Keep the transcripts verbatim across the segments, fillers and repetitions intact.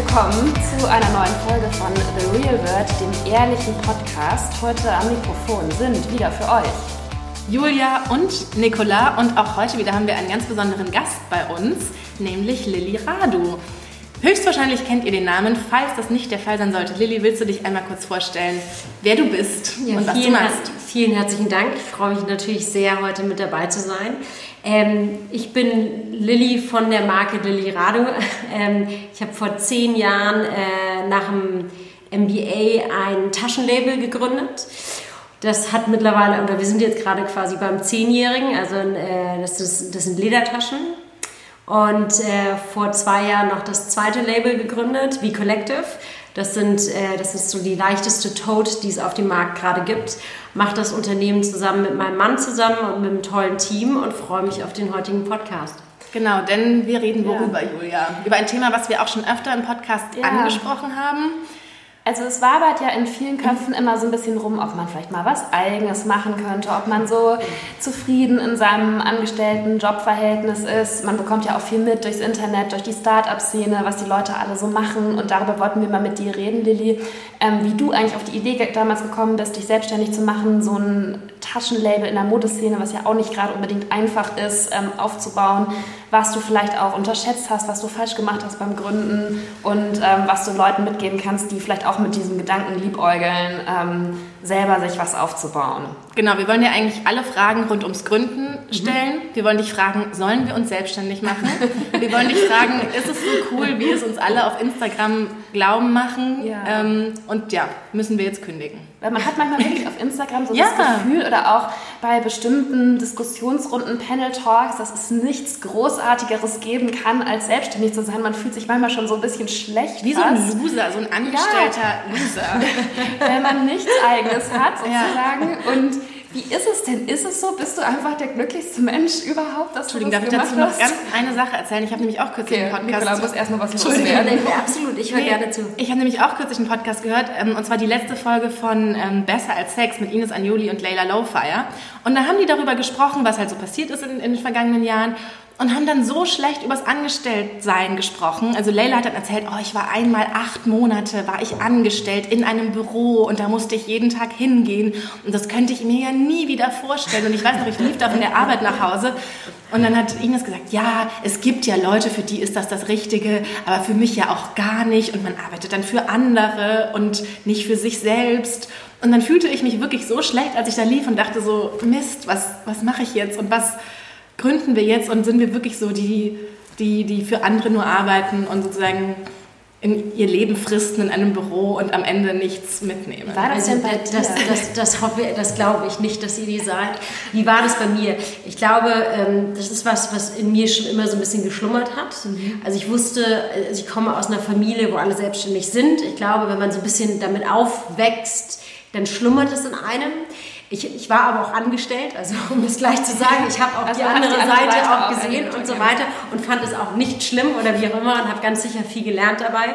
willkommen zu einer neuen Folge von The Real World, dem ehrlichen Podcast. Heute am Mikrofon sind wieder für euch Julia und Nicola und auch heute wieder haben wir einen ganz besonderen Gast bei uns, nämlich Lilly Radu. Höchstwahrscheinlich kennt ihr den Namen, falls das nicht der Fall sein sollte. Lilly, willst du dich einmal kurz vorstellen, wer du bist ja, und was vielen, du machst? Vielen herzlichen Dank. Ich freue mich natürlich sehr, heute mit dabei zu sein. Ähm, ich bin Lilly von der Marke Lilly Radu. Ähm, ich habe vor zehn Jahren äh, nach dem M B A ein Taschenlabel gegründet. Das hat mittlerweile, oder wir sind jetzt gerade quasi beim Zehnjährigen, also äh, das, ist, das sind Ledertaschen. Und äh, vor zwei Jahren noch das zweite Label gegründet, V Collective. Das, sind, äh, das ist so die leichteste Tote, die es auf dem Markt gerade gibt. Mache das Unternehmen zusammen mit meinem Mann zusammen und mit einem tollen Team und freue mich auf den heutigen Podcast. Genau, denn wir reden worüber, ja. Julia? Über ein Thema, was wir auch schon öfter im Podcast ja. angesprochen haben. Also es wabert ja in vielen Köpfen immer so ein bisschen rum, ob man vielleicht mal was Eigenes machen könnte, ob man so zufrieden in seinem Angestellten-Jobverhältnis ist. Man bekommt ja auch viel mit durchs Internet, durch die Start-up-Szene, was die Leute alle so machen. Und darüber wollten wir mal mit dir reden, Lilly, ähm, wie du eigentlich auf die Idee damals gekommen bist, dich selbstständig zu machen, so ein Taschenlabel in der Modeszene, was ja auch nicht gerade unbedingt einfach ist, ähm, aufzubauen, was du vielleicht auch unterschätzt hast, was du falsch gemacht hast beim Gründen und ähm, was du Leuten mitgeben kannst, die vielleicht auch mit diesem Gedanken liebäugeln, ähm, selber sich was aufzubauen. Genau, wir wollen dir eigentlich alle Fragen rund ums Gründen stellen. Mhm. Wir wollen dich fragen, sollen wir uns selbstständig machen? Wir wollen dich fragen, ist es so cool, wie es uns alle auf Instagram glauben machen? Ja. Ähm, und ja, müssen wir jetzt kündigen. Weil man hat manchmal wirklich auf Instagram so ja. das Gefühl oder auch bei bestimmten Diskussionsrunden, Panel-Talks, dass es nichts Großartigeres geben kann, als selbstständig zu sein. Man fühlt sich manchmal schon so ein bisschen schlecht. Wie fast. So ein Loser, so ein angestellter ja. Loser. Wenn man nichts Eigenes hat, sozusagen. Ja. Und wie ist es denn? Ist es so? Bist du einfach der glücklichste Mensch überhaupt, dass du das darf ich dazu hast? noch ganz eine Sache erzählen? Ich habe nämlich auch kürzlich okay, einen Podcast... Nicola, muss erst mal was loswerden. Absolut, ich höre nee, gerne zu. Ich habe nämlich auch kürzlich einen Podcast gehört, ähm, und zwar die letzte Folge von ähm, Besser als Sex mit Ines Anjoli und Layla Lowfire. Und da haben die darüber gesprochen, was halt so passiert ist in, in den vergangenen Jahren. Und haben dann so schlecht übers Angestelltsein gesprochen. Also Layla hat dann erzählt, oh, ich war einmal acht Monate, war ich angestellt in einem Büro und da musste ich jeden Tag hingehen. Und das könnte ich mir ja nie wieder vorstellen. Und ich weiß noch, ich lief da von der Arbeit nach Hause und dann hat Ines gesagt, ja, es gibt ja Leute, für die ist das das Richtige, aber für mich ja auch gar nicht. Und man arbeitet dann für andere und nicht für sich selbst. Und dann fühlte ich mich wirklich so schlecht, als ich da lief und dachte so, Mist, was, was mache ich jetzt und was gründen wir jetzt und sind wir wirklich so die, die, die für andere nur arbeiten und sozusagen in ihr Leben fristen in einem Büro und am Ende nichts mitnehmen? War das, also, das, das, das, das, hoffe, das glaube ich nicht, dass ihr die seid. Wie war das bei mir? Ich glaube, das ist was, was in mir schon immer so ein bisschen geschlummert hat. Mhm. Also ich wusste, also ich komme aus einer Familie, wo alle selbstständig sind. Ich glaube, wenn man so ein bisschen damit aufwächst, dann schlummert es in einem. Ich, ich war aber auch angestellt, also um es gleich zu sagen, ich habe auch also die andere, die andere Seite, Seite auch gesehen und so weiter und fand es auch nicht schlimm oder wie auch immer und habe ganz sicher viel gelernt dabei.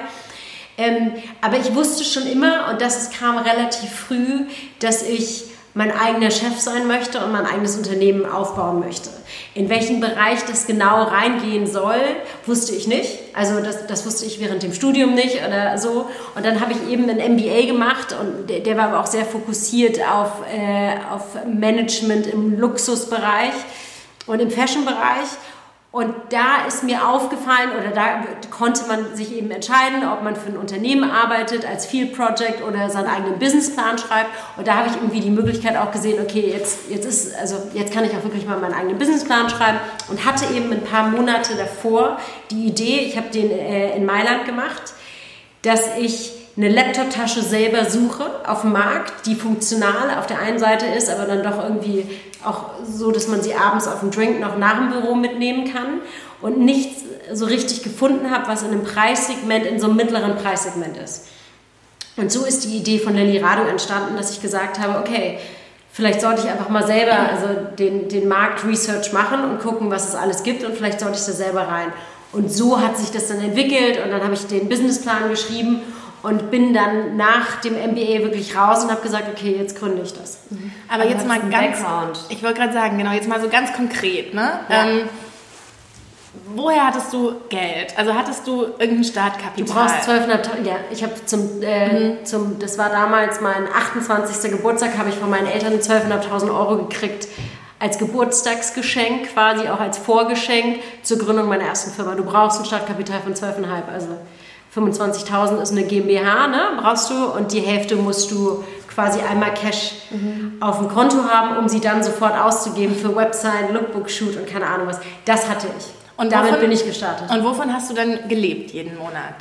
Ähm, aber ich wusste schon immer, und das kam relativ früh, dass ich mein eigener Chef sein möchte und mein eigenes Unternehmen aufbauen möchte. In welchen Bereich das genau reingehen soll, wusste ich nicht. Also das, das wusste ich während dem Studium nicht oder so. Und dann habe ich eben ein M B A gemacht und der, der war aber auch sehr fokussiert auf, äh, auf Management im Luxusbereich und im Fashionbereich. Und da ist mir aufgefallen, oder da konnte man sich eben entscheiden, ob man für ein Unternehmen arbeitet, als Field Project oder seinen eigenen Businessplan schreibt. Und da habe ich irgendwie die Möglichkeit auch gesehen, okay, jetzt, jetzt, ist, also jetzt kann ich auch wirklich mal meinen eigenen Businessplan schreiben. Und hatte eben ein paar Monate davor die Idee, ich habe den äh, in Mailand gemacht, dass ich eine Laptop-Tasche selber suche auf dem Markt, die funktional auf der einen Seite ist, aber dann doch irgendwie auch so, dass man sie abends auf dem Drink noch nach dem Büro mitnehmen kann und nichts so richtig gefunden habe, was in einem Preissegment, in so einem mittleren Preissegment ist. Und so ist die Idee von Lilly Radu entstanden, dass ich gesagt habe, okay, vielleicht sollte ich einfach mal selber also den, den Markt Research machen und gucken, was es alles gibt und vielleicht sollte ich da selber rein. Und so hat sich das dann entwickelt und dann habe ich den Businessplan geschrieben und bin dann nach dem M B A wirklich raus und habe gesagt, okay, jetzt gründe ich das. Aber jetzt mal ganz, Background. Ich wollte gerade sagen, genau, jetzt mal so ganz konkret, ne? Ja. Ähm, woher hattest du Geld? Also hattest du irgendein Startkapital? Du brauchst zwölfhunderttausend, ja, ich habe zum, äh, mhm. zum, das war damals mein achtundzwanzigster Geburtstag, habe ich von meinen Eltern zwölfhunderttausend Euro gekriegt, als Geburtstagsgeschenk, quasi auch als Vorgeschenk zur Gründung meiner ersten Firma. Du brauchst ein Startkapital von zwölf Komma fünf, also fünfundzwanzigtausend ist eine GmbH, ne, brauchst du, und die Hälfte musst du quasi einmal Cash mhm. auf dem Konto haben, um sie dann sofort auszugeben für Website, Lookbook-Shoot und keine Ahnung was. Das hatte ich. Und damit wovon, bin ich gestartet. Und wovon hast du dann gelebt jeden Monat?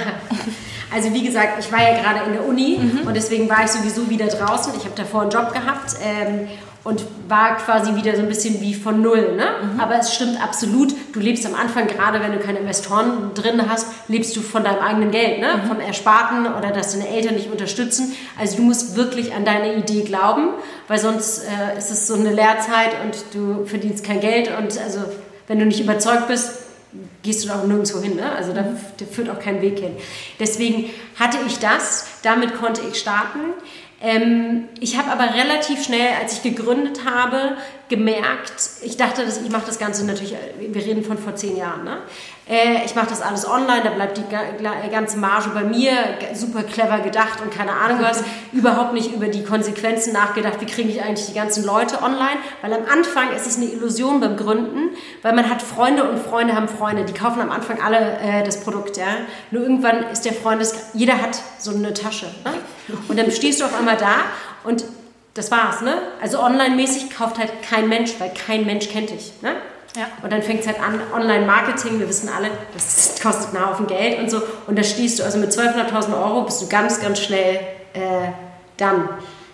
Also wie gesagt, ich war ja gerade in der Uni mhm. und deswegen war ich sowieso wieder draußen. Ich habe davor einen Job gehabt ähm, und war quasi wieder so ein bisschen wie von Null. Ne? Mhm. Aber es stimmt absolut, du lebst am Anfang, gerade wenn du keine Investoren drin hast, lebst du von deinem eigenen Geld, ne? Mhm. vom Ersparten oder dass deine Eltern dich unterstützen. Also du musst wirklich an deine Idee glauben, weil sonst äh, ist es so eine Lehrzeit und du verdienst kein Geld und also wenn du nicht überzeugt bist, gehst du da auch nirgendwo hin. Ne? Also da, da führt auch kein Weg hin. Deswegen hatte ich das, damit konnte ich starten. Ähm, ich habe aber relativ schnell, als ich gegründet habe, gemerkt, ich dachte, dass ich mache das Ganze natürlich, wir reden von vor zehn Jahren, ne? äh, ich mache das alles online, da bleibt die ganze Marge bei mir, super clever gedacht und keine Ahnung was, überhaupt nicht über die Konsequenzen nachgedacht, wie kriege ich eigentlich die ganzen Leute online, weil am Anfang ist es eine Illusion beim Gründen, weil man hat Freunde und Freunde haben Freunde, die kaufen am Anfang alle äh, das Produkt, ja? Nur irgendwann ist der Freundes, jeder hat so eine Tasche, ne? Und dann stehst du auf einmal da und das war's, ne? Also online-mäßig kauft halt kein Mensch, weil kein Mensch kennt dich, ne? Ja. Und dann fängt es halt an, Online-Marketing, wir wissen alle, das kostet einen Haufen Geld und so. Und da stehst du, also mit zwölfhunderttausend Euro bist du ganz, ganz schnell äh, dann.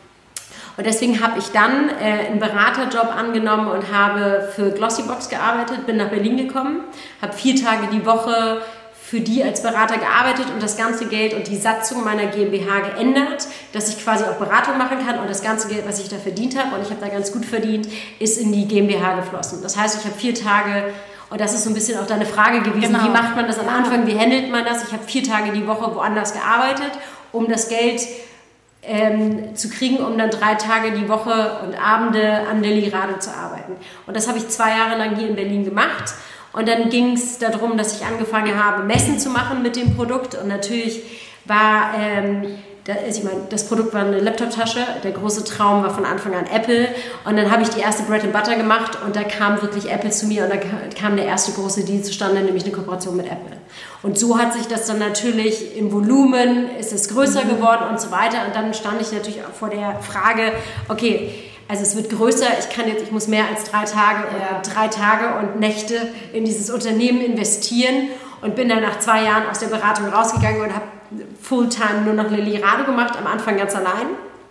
Und deswegen habe ich dann äh, einen Beraterjob angenommen und habe für Glossybox gearbeitet, bin nach Berlin gekommen, habe vier Tage die Woche für die als Berater gearbeitet und das ganze Geld und die Satzung meiner GmbH geändert, dass ich quasi auch Beratung machen kann und das ganze Geld, was ich da verdient habe, und ich habe da ganz gut verdient, ist in die GmbH geflossen. Das heißt, ich habe vier Tage, und das ist so ein bisschen auch deine Frage gewesen, genau. Wie macht man das am Anfang, wie handelt man das? Ich habe vier Tage die Woche woanders gearbeitet, um das Geld ähm, zu kriegen, um dann drei Tage die Woche und Abende an der Lirade zu arbeiten. Und das habe ich zwei Jahre lang hier in Berlin gemacht. Und dann ging es darum, dass ich angefangen habe, Messen zu machen mit dem Produkt. Und natürlich war, ähm, da, ich meine, das Produkt war eine Laptop-Tasche. Der große Traum war von Anfang an Apple. Und dann habe ich die erste Bread and Butter gemacht und da kam wirklich Apple zu mir und da kam der erste große Deal zustande, nämlich eine Kooperation mit Apple. Und so hat sich das dann natürlich im Volumen, ist es größer geworden und so weiter. Und dann stand ich natürlich auch vor der Frage, okay, also es wird größer, ich kann jetzt, ich muss mehr als drei Tage oder ja. drei Tage und Nächte in dieses Unternehmen investieren und bin dann nach zwei Jahren aus der Beratung rausgegangen und habe Fulltime nur noch eine Lirade gemacht, am Anfang ganz allein.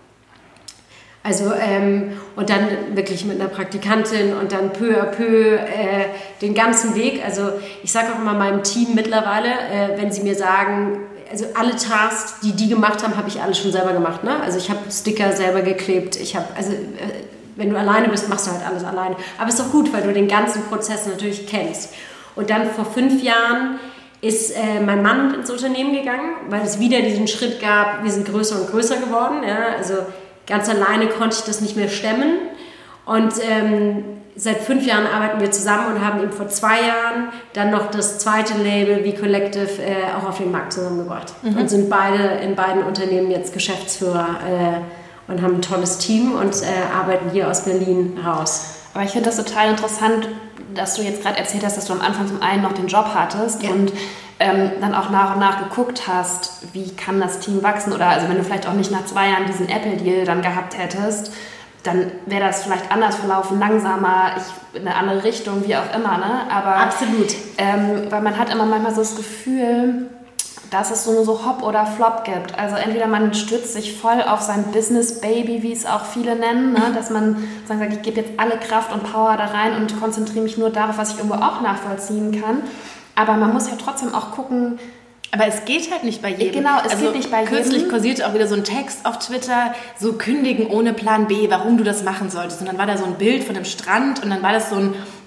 Also ähm, und dann wirklich mit einer Praktikantin und dann peu à peu äh, den ganzen Weg. Also ich sage auch immer meinem Team mittlerweile, äh, wenn sie mir sagen, also alle Tasks, die die gemacht haben, habe ich alle schon selber gemacht. Ne? Also ich habe Sticker selber geklebt. Ich habe, also äh, wenn du alleine bist, machst du halt alles alleine. Aber es ist doch gut, weil du den ganzen Prozess natürlich kennst. Und dann vor fünf Jahren ist äh, mein Mann ins Unternehmen gegangen, weil es wieder diesen Schritt gab, wir sind größer und größer geworden. Ja? Also ganz alleine konnte ich das nicht mehr stemmen. Und ähm, seit fünf Jahren arbeiten wir zusammen und haben eben vor zwei Jahren dann noch das zweite Label wie Collective äh, auch auf den Markt zusammengebracht. Mhm. Und sind beide in beiden Unternehmen jetzt Geschäftsführer äh, und haben ein tolles Team und äh, arbeiten hier aus Berlin raus. Aber ich finde das total interessant, dass du jetzt gerade erzählt hast, dass du am Anfang zum einen noch den Job hattest ja. und ähm, dann auch nach und nach geguckt hast, wie kann das Team wachsen, oder also wenn du vielleicht auch nicht nach zwei Jahren diesen Apple-Deal dann gehabt hättest, dann wäre das vielleicht anders verlaufen, langsamer, ich, in eine andere Richtung, wie auch immer, ne? Aber absolut. Ähm, weil man hat immer manchmal so das Gefühl, dass es so, so Hop oder Flop gibt. Also entweder man stürzt sich voll auf sein Business-Baby, wie es auch viele nennen, ne? Dass man sagt, ich gebe jetzt alle Kraft und Power da rein und konzentriere mich nur darauf, was ich irgendwo auch nachvollziehen kann. Aber man muss ja trotzdem auch gucken. Aber es geht halt nicht bei jedem. Genau, es also geht nicht bei jedem. Kürzlich kursierte auch wieder so ein Text auf Twitter, so kündigen ohne Plan B, warum du das machen solltest. Und dann war da so ein Bild von einem Strand und dann war das so ein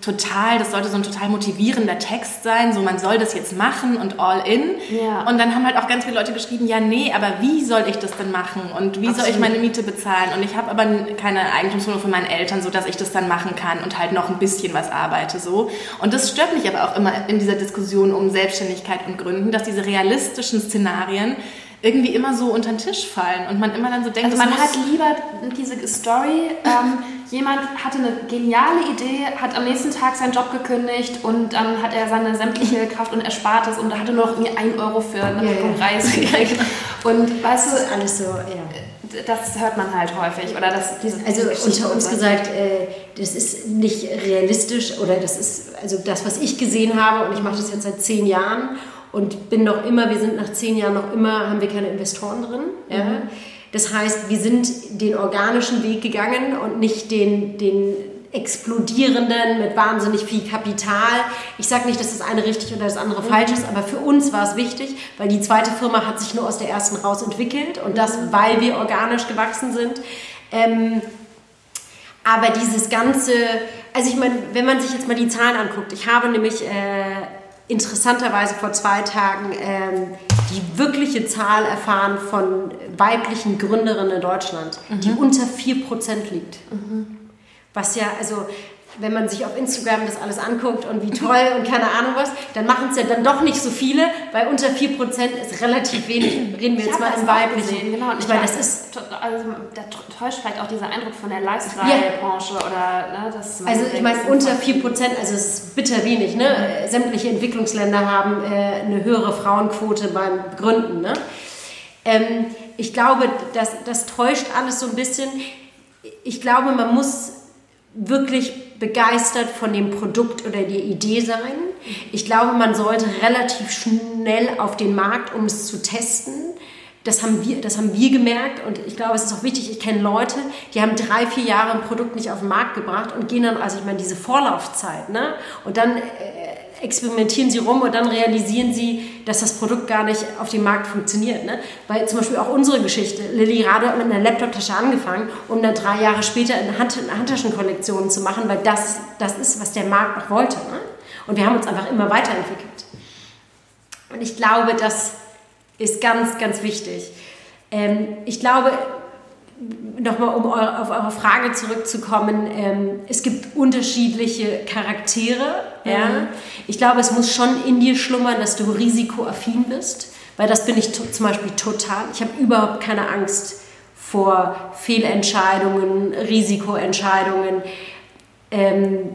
total, das sollte so ein total motivierender Text sein, so man soll das jetzt machen und all in. Ja. Und dann haben halt auch ganz viele Leute geschrieben, ja nee, aber wie soll ich das denn machen und wie Absolut. soll ich meine Miete bezahlen und ich habe aber keine Eigentumswohnung von meinen Eltern, sodass ich das dann machen kann und halt noch ein bisschen was arbeite so. Und das stört mich aber auch immer in dieser Diskussion um Selbstständigkeit und Gründen, dass diese realistischen Szenarien irgendwie immer so unter den Tisch fallen und man immer dann so denkt, also man hat lieber diese Story, ähm, jemand hatte eine geniale Idee, hat am nächsten Tag seinen Job gekündigt und dann hat er seine sämtliche Kraft und Erspartes und hatte nur noch irgendwie ein Euro für eine ja, Packung ja. Reis gekriegt. Und weißt das ist du, alles so, ja. Das hört man halt häufig. Oder das, diese, also diese unter uns gesagt, äh, das ist nicht realistisch oder das ist also das, was ich gesehen habe und ich mache das jetzt seit zehn Jahren und bin noch immer, wir sind nach zehn Jahren noch immer, haben wir keine Investoren drin. Mhm. Ja. Das heißt, wir sind den organischen Weg gegangen und nicht den, den explodierenden mit wahnsinnig viel Kapital. Ich sage nicht, dass das eine richtig oder das andere mhm. falsch ist, aber für uns war es wichtig, weil die zweite Firma hat sich nur aus der ersten raus entwickelt und das, weil wir organisch gewachsen sind. Ähm, aber dieses ganze, also ich meine, wenn man sich jetzt mal die Zahlen anguckt, ich habe nämlich äh, interessanterweise vor zwei Tagen ähm, die wirkliche Zahl erfahren von weiblichen Gründerinnen in Deutschland, mhm. die unter vier Prozent liegt. Mhm. Was ja, also wenn man sich auf Instagram das alles anguckt und wie toll und keine Ahnung was, dann machen es ja dann doch nicht so viele, weil unter vier Prozent ist relativ wenig. Reden wir ich jetzt mal im Weiblichen. Genau. Und ich ich meine, das ist... Also, da täuscht vielleicht auch dieser Eindruck von der Lifestyle-Branche ja. oder... Ne, das also ich meine, unter vier Prozent, also es ist bitter wenig. Ne? Mhm. Sämtliche Entwicklungsländer haben äh, eine höhere Frauenquote beim Gründen. Ne? Ähm, ich glaube, das, das täuscht alles so ein bisschen. Ich glaube, man muss wirklich begeistert von dem Produkt oder der Idee sein. Ich glaube, man sollte relativ schnell auf den Markt, um es zu testen. Das haben wir, das haben wir gemerkt und ich glaube, es ist auch wichtig, ich kenne Leute, die haben drei, vier Jahre ein Produkt nicht auf den Markt gebracht und gehen dann, also ich meine, diese Vorlaufzeit, ne? Und dann äh, experimentieren sie rum und dann realisieren sie, dass das Produkt gar nicht auf dem Markt funktioniert. Ne? Weil zum Beispiel auch unsere Geschichte, Lilly Rado hat mit einer Laptop-Tasche angefangen, um dann drei Jahre später eine Hand- Handtaschenkollektion zu machen, weil das, das ist, was der Markt auch wollte. Ne? Und wir haben uns einfach immer weiterentwickelt. Und ich glaube, das ist ganz, ganz wichtig. Ähm, ich glaube, nochmal um eure, auf eure Frage zurückzukommen, ähm, es gibt unterschiedliche Charaktere. Mhm. Ja? Ich glaube, es muss schon in dir schlummern, dass du risikoaffin bist, weil das bin ich to- zum Beispiel total. Ich habe überhaupt keine Angst vor Fehlentscheidungen, Risikoentscheidungen. Ähm,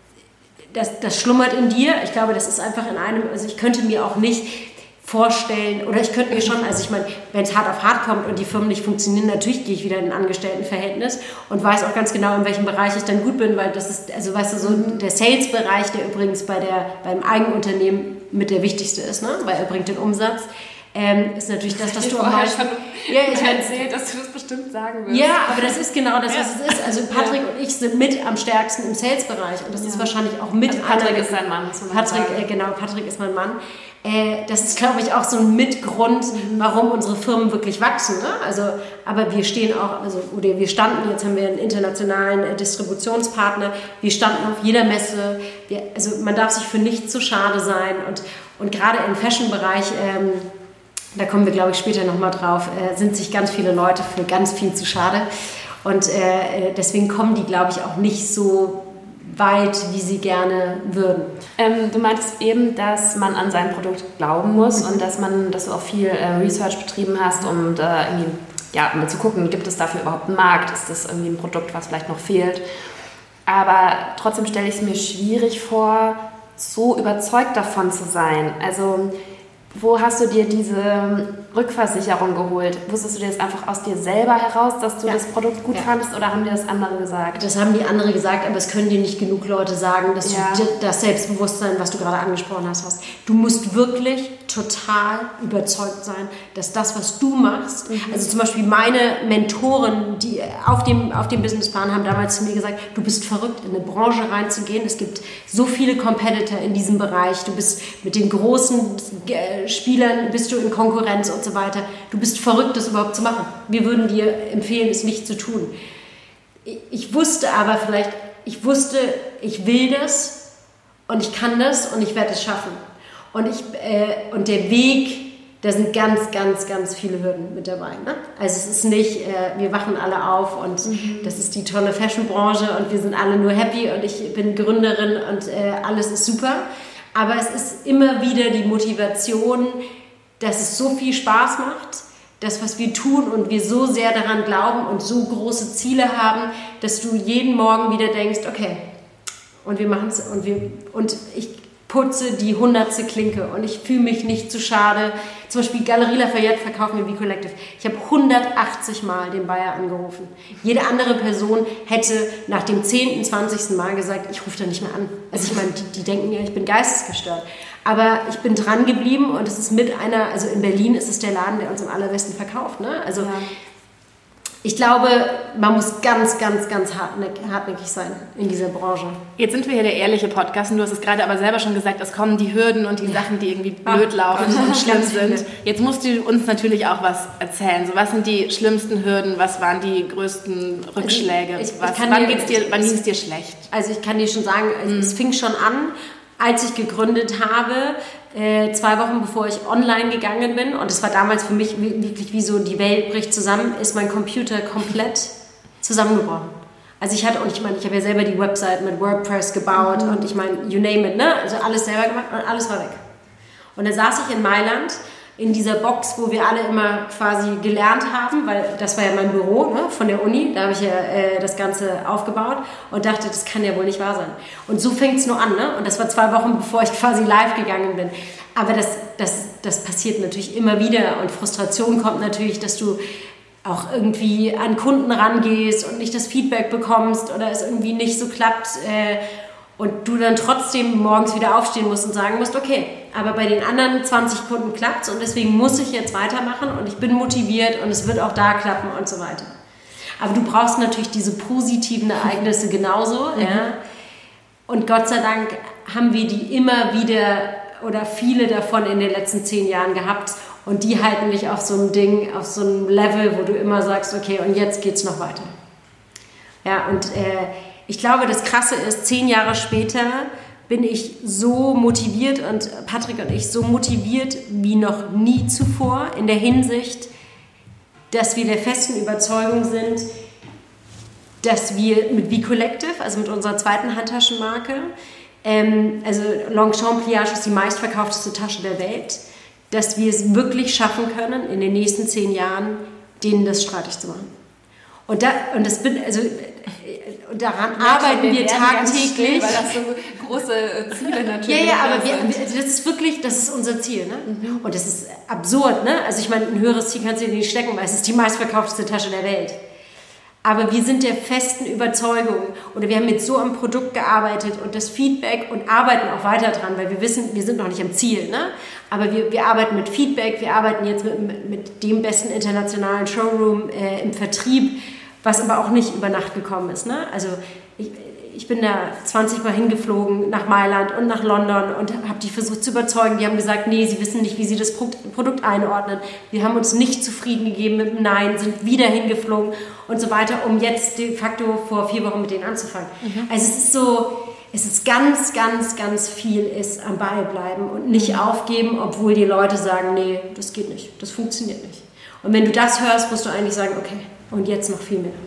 das, das schlummert in dir. Ich glaube, das ist einfach in einem, also ich könnte mir auch nicht vorstellen, oder ich könnte mir schon, also ich meine, wenn es hart auf hart kommt und die Firmen nicht funktionieren, natürlich gehe ich wieder in ein Angestelltenverhältnis und weiß auch ganz genau, in welchem Bereich ich dann gut bin, weil das ist, also weißt du, so der Sales-Bereich, der übrigens bei der, beim Eigenunternehmen mit der wichtigste ist, ne? Weil er bringt den Umsatz, ähm, ist natürlich das, was ich du am meisten... Ja, ich habe erzählt, dass du das bestimmt sagen wirst. Ja, aber das ist genau das, was es ist. Also Patrick ja. und ich sind mit am stärksten im Sales-Bereich und das ja. ist wahrscheinlich auch mit... Also Patrick einer, ist dein Mann. Patrick, äh, genau, Patrick ist mein Mann. Äh, das ist, glaube ich, auch so ein Mitgrund, warum unsere Firmen wirklich wachsen. Ne? Also, aber wir stehen auch, also, oder wir standen, jetzt haben wir einen internationalen äh, Distributionspartner, wir standen auf jeder Messe, wir, also man darf sich für nichts zu schade sein und, und gerade im Fashion-Bereich, ähm, da kommen wir, glaube ich, später nochmal drauf, äh, sind sich ganz viele Leute für ganz viel zu schade und äh, deswegen kommen die, glaube ich, auch nicht so weit, wie sie gerne würden. Ähm, du meintest eben, dass man an sein Produkt glauben muss mhm. und dass man, dass du auch viel äh, Research betrieben hast, um da irgendwie, ja, um zu gucken, gibt es dafür überhaupt einen Markt? Ist das irgendwie ein Produkt, was vielleicht noch fehlt? Aber trotzdem stelle ich es mir schwierig vor, so überzeugt davon zu sein. Also wo hast du dir diese Rückversicherung geholt? Wusstest du dir das einfach aus dir selber heraus, dass du ja. das Produkt gut ja. fandest oder haben dir das andere gesagt? Das haben die andere gesagt, aber es können dir nicht genug Leute sagen, dass ja. du das Selbstbewusstsein, was du gerade angesprochen hast, hast. Du musst wirklich total überzeugt sein, dass das, was du machst, mhm. also zum Beispiel meine Mentoren, die auf dem, auf dem Businessplan haben damals zu mir gesagt, du bist verrückt, in eine Branche reinzugehen. Es gibt so viele Competitor in diesem Bereich. Du bist mit den großen Spielern, bist du in Konkurrenz und so weiter. Du bist verrückt, das überhaupt zu machen. Wir würden dir empfehlen, es nicht zu tun. Ich wusste aber vielleicht, ich wusste, ich will das und ich kann das und ich werde es schaffen. Und, ich, äh, und der Weg, da sind ganz, ganz, ganz viele Hürden mit dabei. Ne? Also es ist nicht, äh, wir wachen alle auf und mhm. das ist die tolle Fashion-Branche und wir sind alle nur happy und ich bin Gründerin und äh, alles ist super. Aber es ist immer wieder die Motivation, dass es so viel Spaß macht, das, was wir tun und wir so sehr daran glauben und so große Ziele haben, dass du jeden Morgen wieder denkst, okay, und wir machen es und, wir, und ich putze die hundertste Klinke und ich fühle mich nicht zu schade. Zum Beispiel Galerie Lafayette verkaufen wir wie Collective. Ich habe hundertachtzig Mal den Bayer angerufen. Jede andere Person hätte nach dem zehnten, zwanzigsten Mal gesagt, ich rufe da nicht mehr an. Also ich meine, die, die denken ja, ich bin geistesgestört. Aber ich bin dran geblieben und es ist mit einer, also in Berlin ist es der Laden, der uns am allerbesten verkauft. Ne? Also ja. Ich glaube, man muss ganz, ganz, ganz hartnäckig sein in dieser Branche. Jetzt sind wir hier der ehrliche Podcast und du hast es gerade aber selber schon gesagt, es kommen die Hürden und die ja. Sachen, die irgendwie blöd laufen und schlimm sind. Jetzt musst du uns natürlich auch was erzählen. So, was sind die schlimmsten Hürden? Was waren die größten Rückschläge? Ich, ich, was, ich wann dir, geht's dir, wann ging es dir schlecht? Also ich kann dir schon sagen, mhm. es fing schon an, als ich gegründet habe, äh, zwei Wochen bevor ich online gegangen bin, und es war damals für mich wirklich wie so, die Welt bricht zusammen, ist mein Computer komplett zusammengebrochen. Also ich hatte, und ich meine, ich habe ja selber die Website mit WordPress gebaut mhm. und ich meine, you name it, ne? Also alles selber gemacht und alles war weg. Und dann saß ich in Mailand in dieser Box, wo wir alle immer quasi gelernt haben, weil das war ja mein Büro, ne, von der Uni, da habe ich ja äh, das Ganze aufgebaut und dachte, das kann ja wohl nicht wahr sein. Und so fängt es nur an, ne? Und das war zwei Wochen, bevor ich quasi live gegangen bin. Aber das, das, das passiert natürlich immer wieder und Frustration kommt natürlich, dass du auch irgendwie an Kunden rangehst und nicht das Feedback bekommst oder es irgendwie nicht so klappt, äh, und du dann trotzdem morgens wieder aufstehen musst und sagen musst, okay, aber bei den anderen zwanzig Kunden klappt es und deswegen muss ich jetzt weitermachen und ich bin motiviert und es wird auch da klappen und so weiter. Aber du brauchst natürlich diese positiven Ereignisse genauso. Mhm. Ja? Und Gott sei Dank haben wir die immer wieder oder viele davon in den letzten zehn Jahren gehabt und die halten dich auf so einem Ding, auf so einem Level, wo du immer sagst, okay, und jetzt geht's noch weiter. Ja, und äh, ich glaube, das Krasse ist, zehn Jahre später bin ich so motiviert und Patrick und ich so motiviert wie noch nie zuvor in der Hinsicht, dass wir der festen Überzeugung sind, dass wir mit Be Collective, also mit unserer zweiten Handtaschenmarke, ähm, also Longchamp Pliage ist die meistverkaufteste Tasche der Welt, dass wir es wirklich schaffen können, in den nächsten zehn Jahren denen das streitig zu machen. Und, da, und das bin, also und daran ja, arbeiten wir, wir tagtäglich. Still, weil das so große Ziele natürlich Ja, ja, aber wir, wir, das ist wirklich, das ist unser Ziel. Ne? Mhm. Und das ist absurd. Ne? Also ich meine, ein höheres Ziel kannst du dir nicht stecken, weil es ist die meistverkaufteste Tasche der Welt. Aber wir sind der festen Überzeugung oder wir haben mit so einem Produkt gearbeitet und das Feedback und arbeiten auch weiter dran, weil wir wissen, wir sind noch nicht am Ziel. Ne? Aber wir, wir arbeiten mit Feedback, wir arbeiten jetzt mit, mit dem besten internationalen Showroom äh, im Vertrieb, was aber auch nicht über Nacht gekommen ist. Ne? Also ich, ich bin da zwanzig Mal hingeflogen nach Mailand und nach London und habe die versucht zu überzeugen. Die haben gesagt, nee, sie wissen nicht, wie sie das Produkt einordnen. Wir haben uns nicht zufrieden gegeben mit dem Nein, sind wieder hingeflogen und so weiter, um jetzt de facto vor vier Wochen mit denen anzufangen. Mhm. Also es ist so, es ist ganz, ganz, ganz viel ist am Ball bleiben und nicht mhm. aufgeben, obwohl die Leute sagen, nee, das geht nicht, das funktioniert nicht. Und wenn du das hörst, musst du eigentlich sagen, okay, und jetzt noch viel mehr.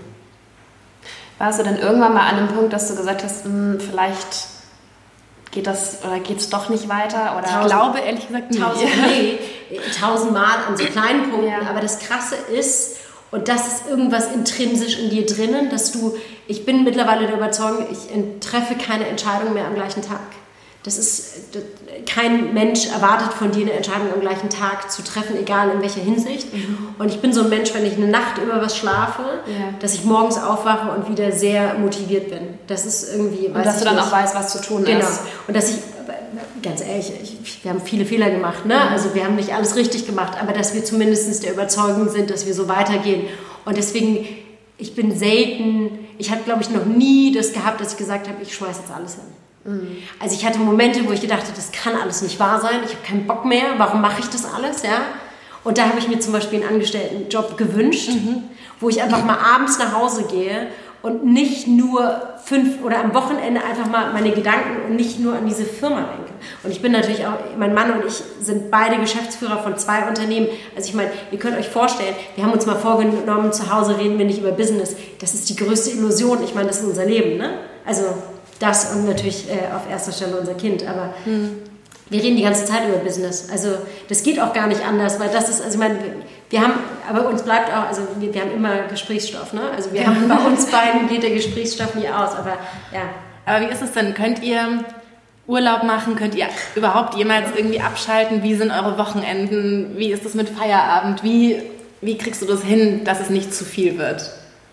Warst du dann irgendwann mal an einem Punkt, dass du gesagt hast, hm, vielleicht geht das oder geht es doch nicht weiter? Oder ich glaube ehrlich gesagt nicht. Tausend, nee, tausendmal an so kleinen Punkten. Ja. Aber das Krasse ist, und das ist irgendwas intrinsisch in dir drinnen, dass du, ich bin mittlerweile der Überzeugung, ich treffe keine Entscheidung mehr am gleichen Tag. Das ist, das, kein Mensch erwartet von dir eine Entscheidung am gleichen Tag zu treffen, egal in welcher Hinsicht. Mhm. Und ich bin so ein Mensch, wenn ich eine Nacht über was schlafe, ja. dass ich morgens aufwache und wieder sehr motiviert bin. Das ist irgendwie... Und dass du dann nicht. Auch weißt, was zu tun genau. ist. Genau. Und dass ich, ganz ehrlich, ich, wir haben viele Fehler gemacht, ne? Mhm. Also wir haben nicht alles richtig gemacht, aber dass wir zumindest der Überzeugung sind, dass wir so weitergehen. Und deswegen, ich bin selten, ich habe, glaube ich, noch nie das gehabt, dass ich gesagt habe, ich schmeiße jetzt alles hin. Also ich hatte Momente, wo ich gedacht habe, das kann alles nicht wahr sein, ich habe keinen Bock mehr, warum mache ich das alles? Ja? Und da habe ich mir zum Beispiel einen Angestelltenjob gewünscht, mhm. wo ich einfach mal abends nach Hause gehe und nicht nur fünf oder am Wochenende einfach mal meine Gedanken und nicht nur an diese Firma denke. Und ich bin natürlich auch, mein Mann und ich sind beide Geschäftsführer von zwei Unternehmen. Also ich meine, ihr könnt euch vorstellen, wir haben uns mal vorgenommen, zu Hause reden wir nicht über Business. Das ist die größte Illusion. Ich meine, das ist unser Leben, ne? Also das und natürlich äh, auf erster Stelle unser Kind, aber hm. wir reden die ganze Zeit über Business. Also das geht auch gar nicht anders, weil das ist, also ich meine, wir haben, aber uns bleibt auch, also wir, wir haben immer Gesprächsstoff, ne? Also wir haben bei uns beiden geht der Gesprächsstoff nie aus, aber ja. Aber wie ist es denn? Könnt ihr Urlaub machen? Könnt ihr überhaupt jemals irgendwie abschalten? Wie sind eure Wochenenden? Wie ist es mit Feierabend? Wie, wie kriegst du das hin, dass es nicht zu viel wird?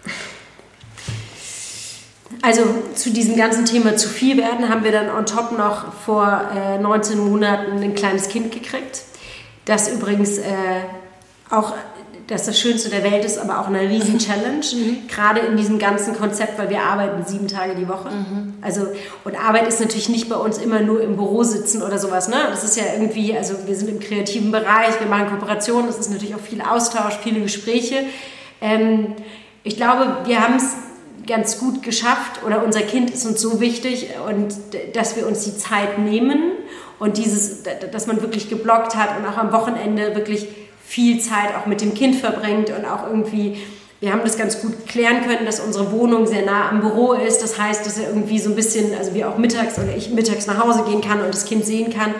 Also zu diesem ganzen Thema zu viel werden, haben wir dann on top noch vor äh, neunzehn Monaten ein kleines Kind gekriegt, das übrigens äh, auch das, das Schönste der Welt ist, aber auch eine riesen Challenge, mhm. gerade in diesem ganzen Konzept, weil wir arbeiten sieben Tage die Woche. Mhm. Also, und Arbeit ist natürlich nicht bei uns immer nur im Büro sitzen oder sowas, ne? Das ist ja irgendwie, also wir sind im kreativen Bereich, wir machen Kooperationen, das ist natürlich auch viel Austausch, viele Gespräche. Ähm, ich glaube, wir haben es ganz gut geschafft oder unser Kind ist uns so wichtig und dass wir uns die Zeit nehmen und dieses, dass man wirklich geblockt hat und auch am Wochenende wirklich viel Zeit auch mit dem Kind verbringt und auch irgendwie, wir haben das ganz gut klären können, dass unsere Wohnung sehr nah am Büro ist, das heißt, dass er irgendwie so ein bisschen, also wir auch mittags oder ich mittags nach Hause gehen kann und das Kind sehen kann.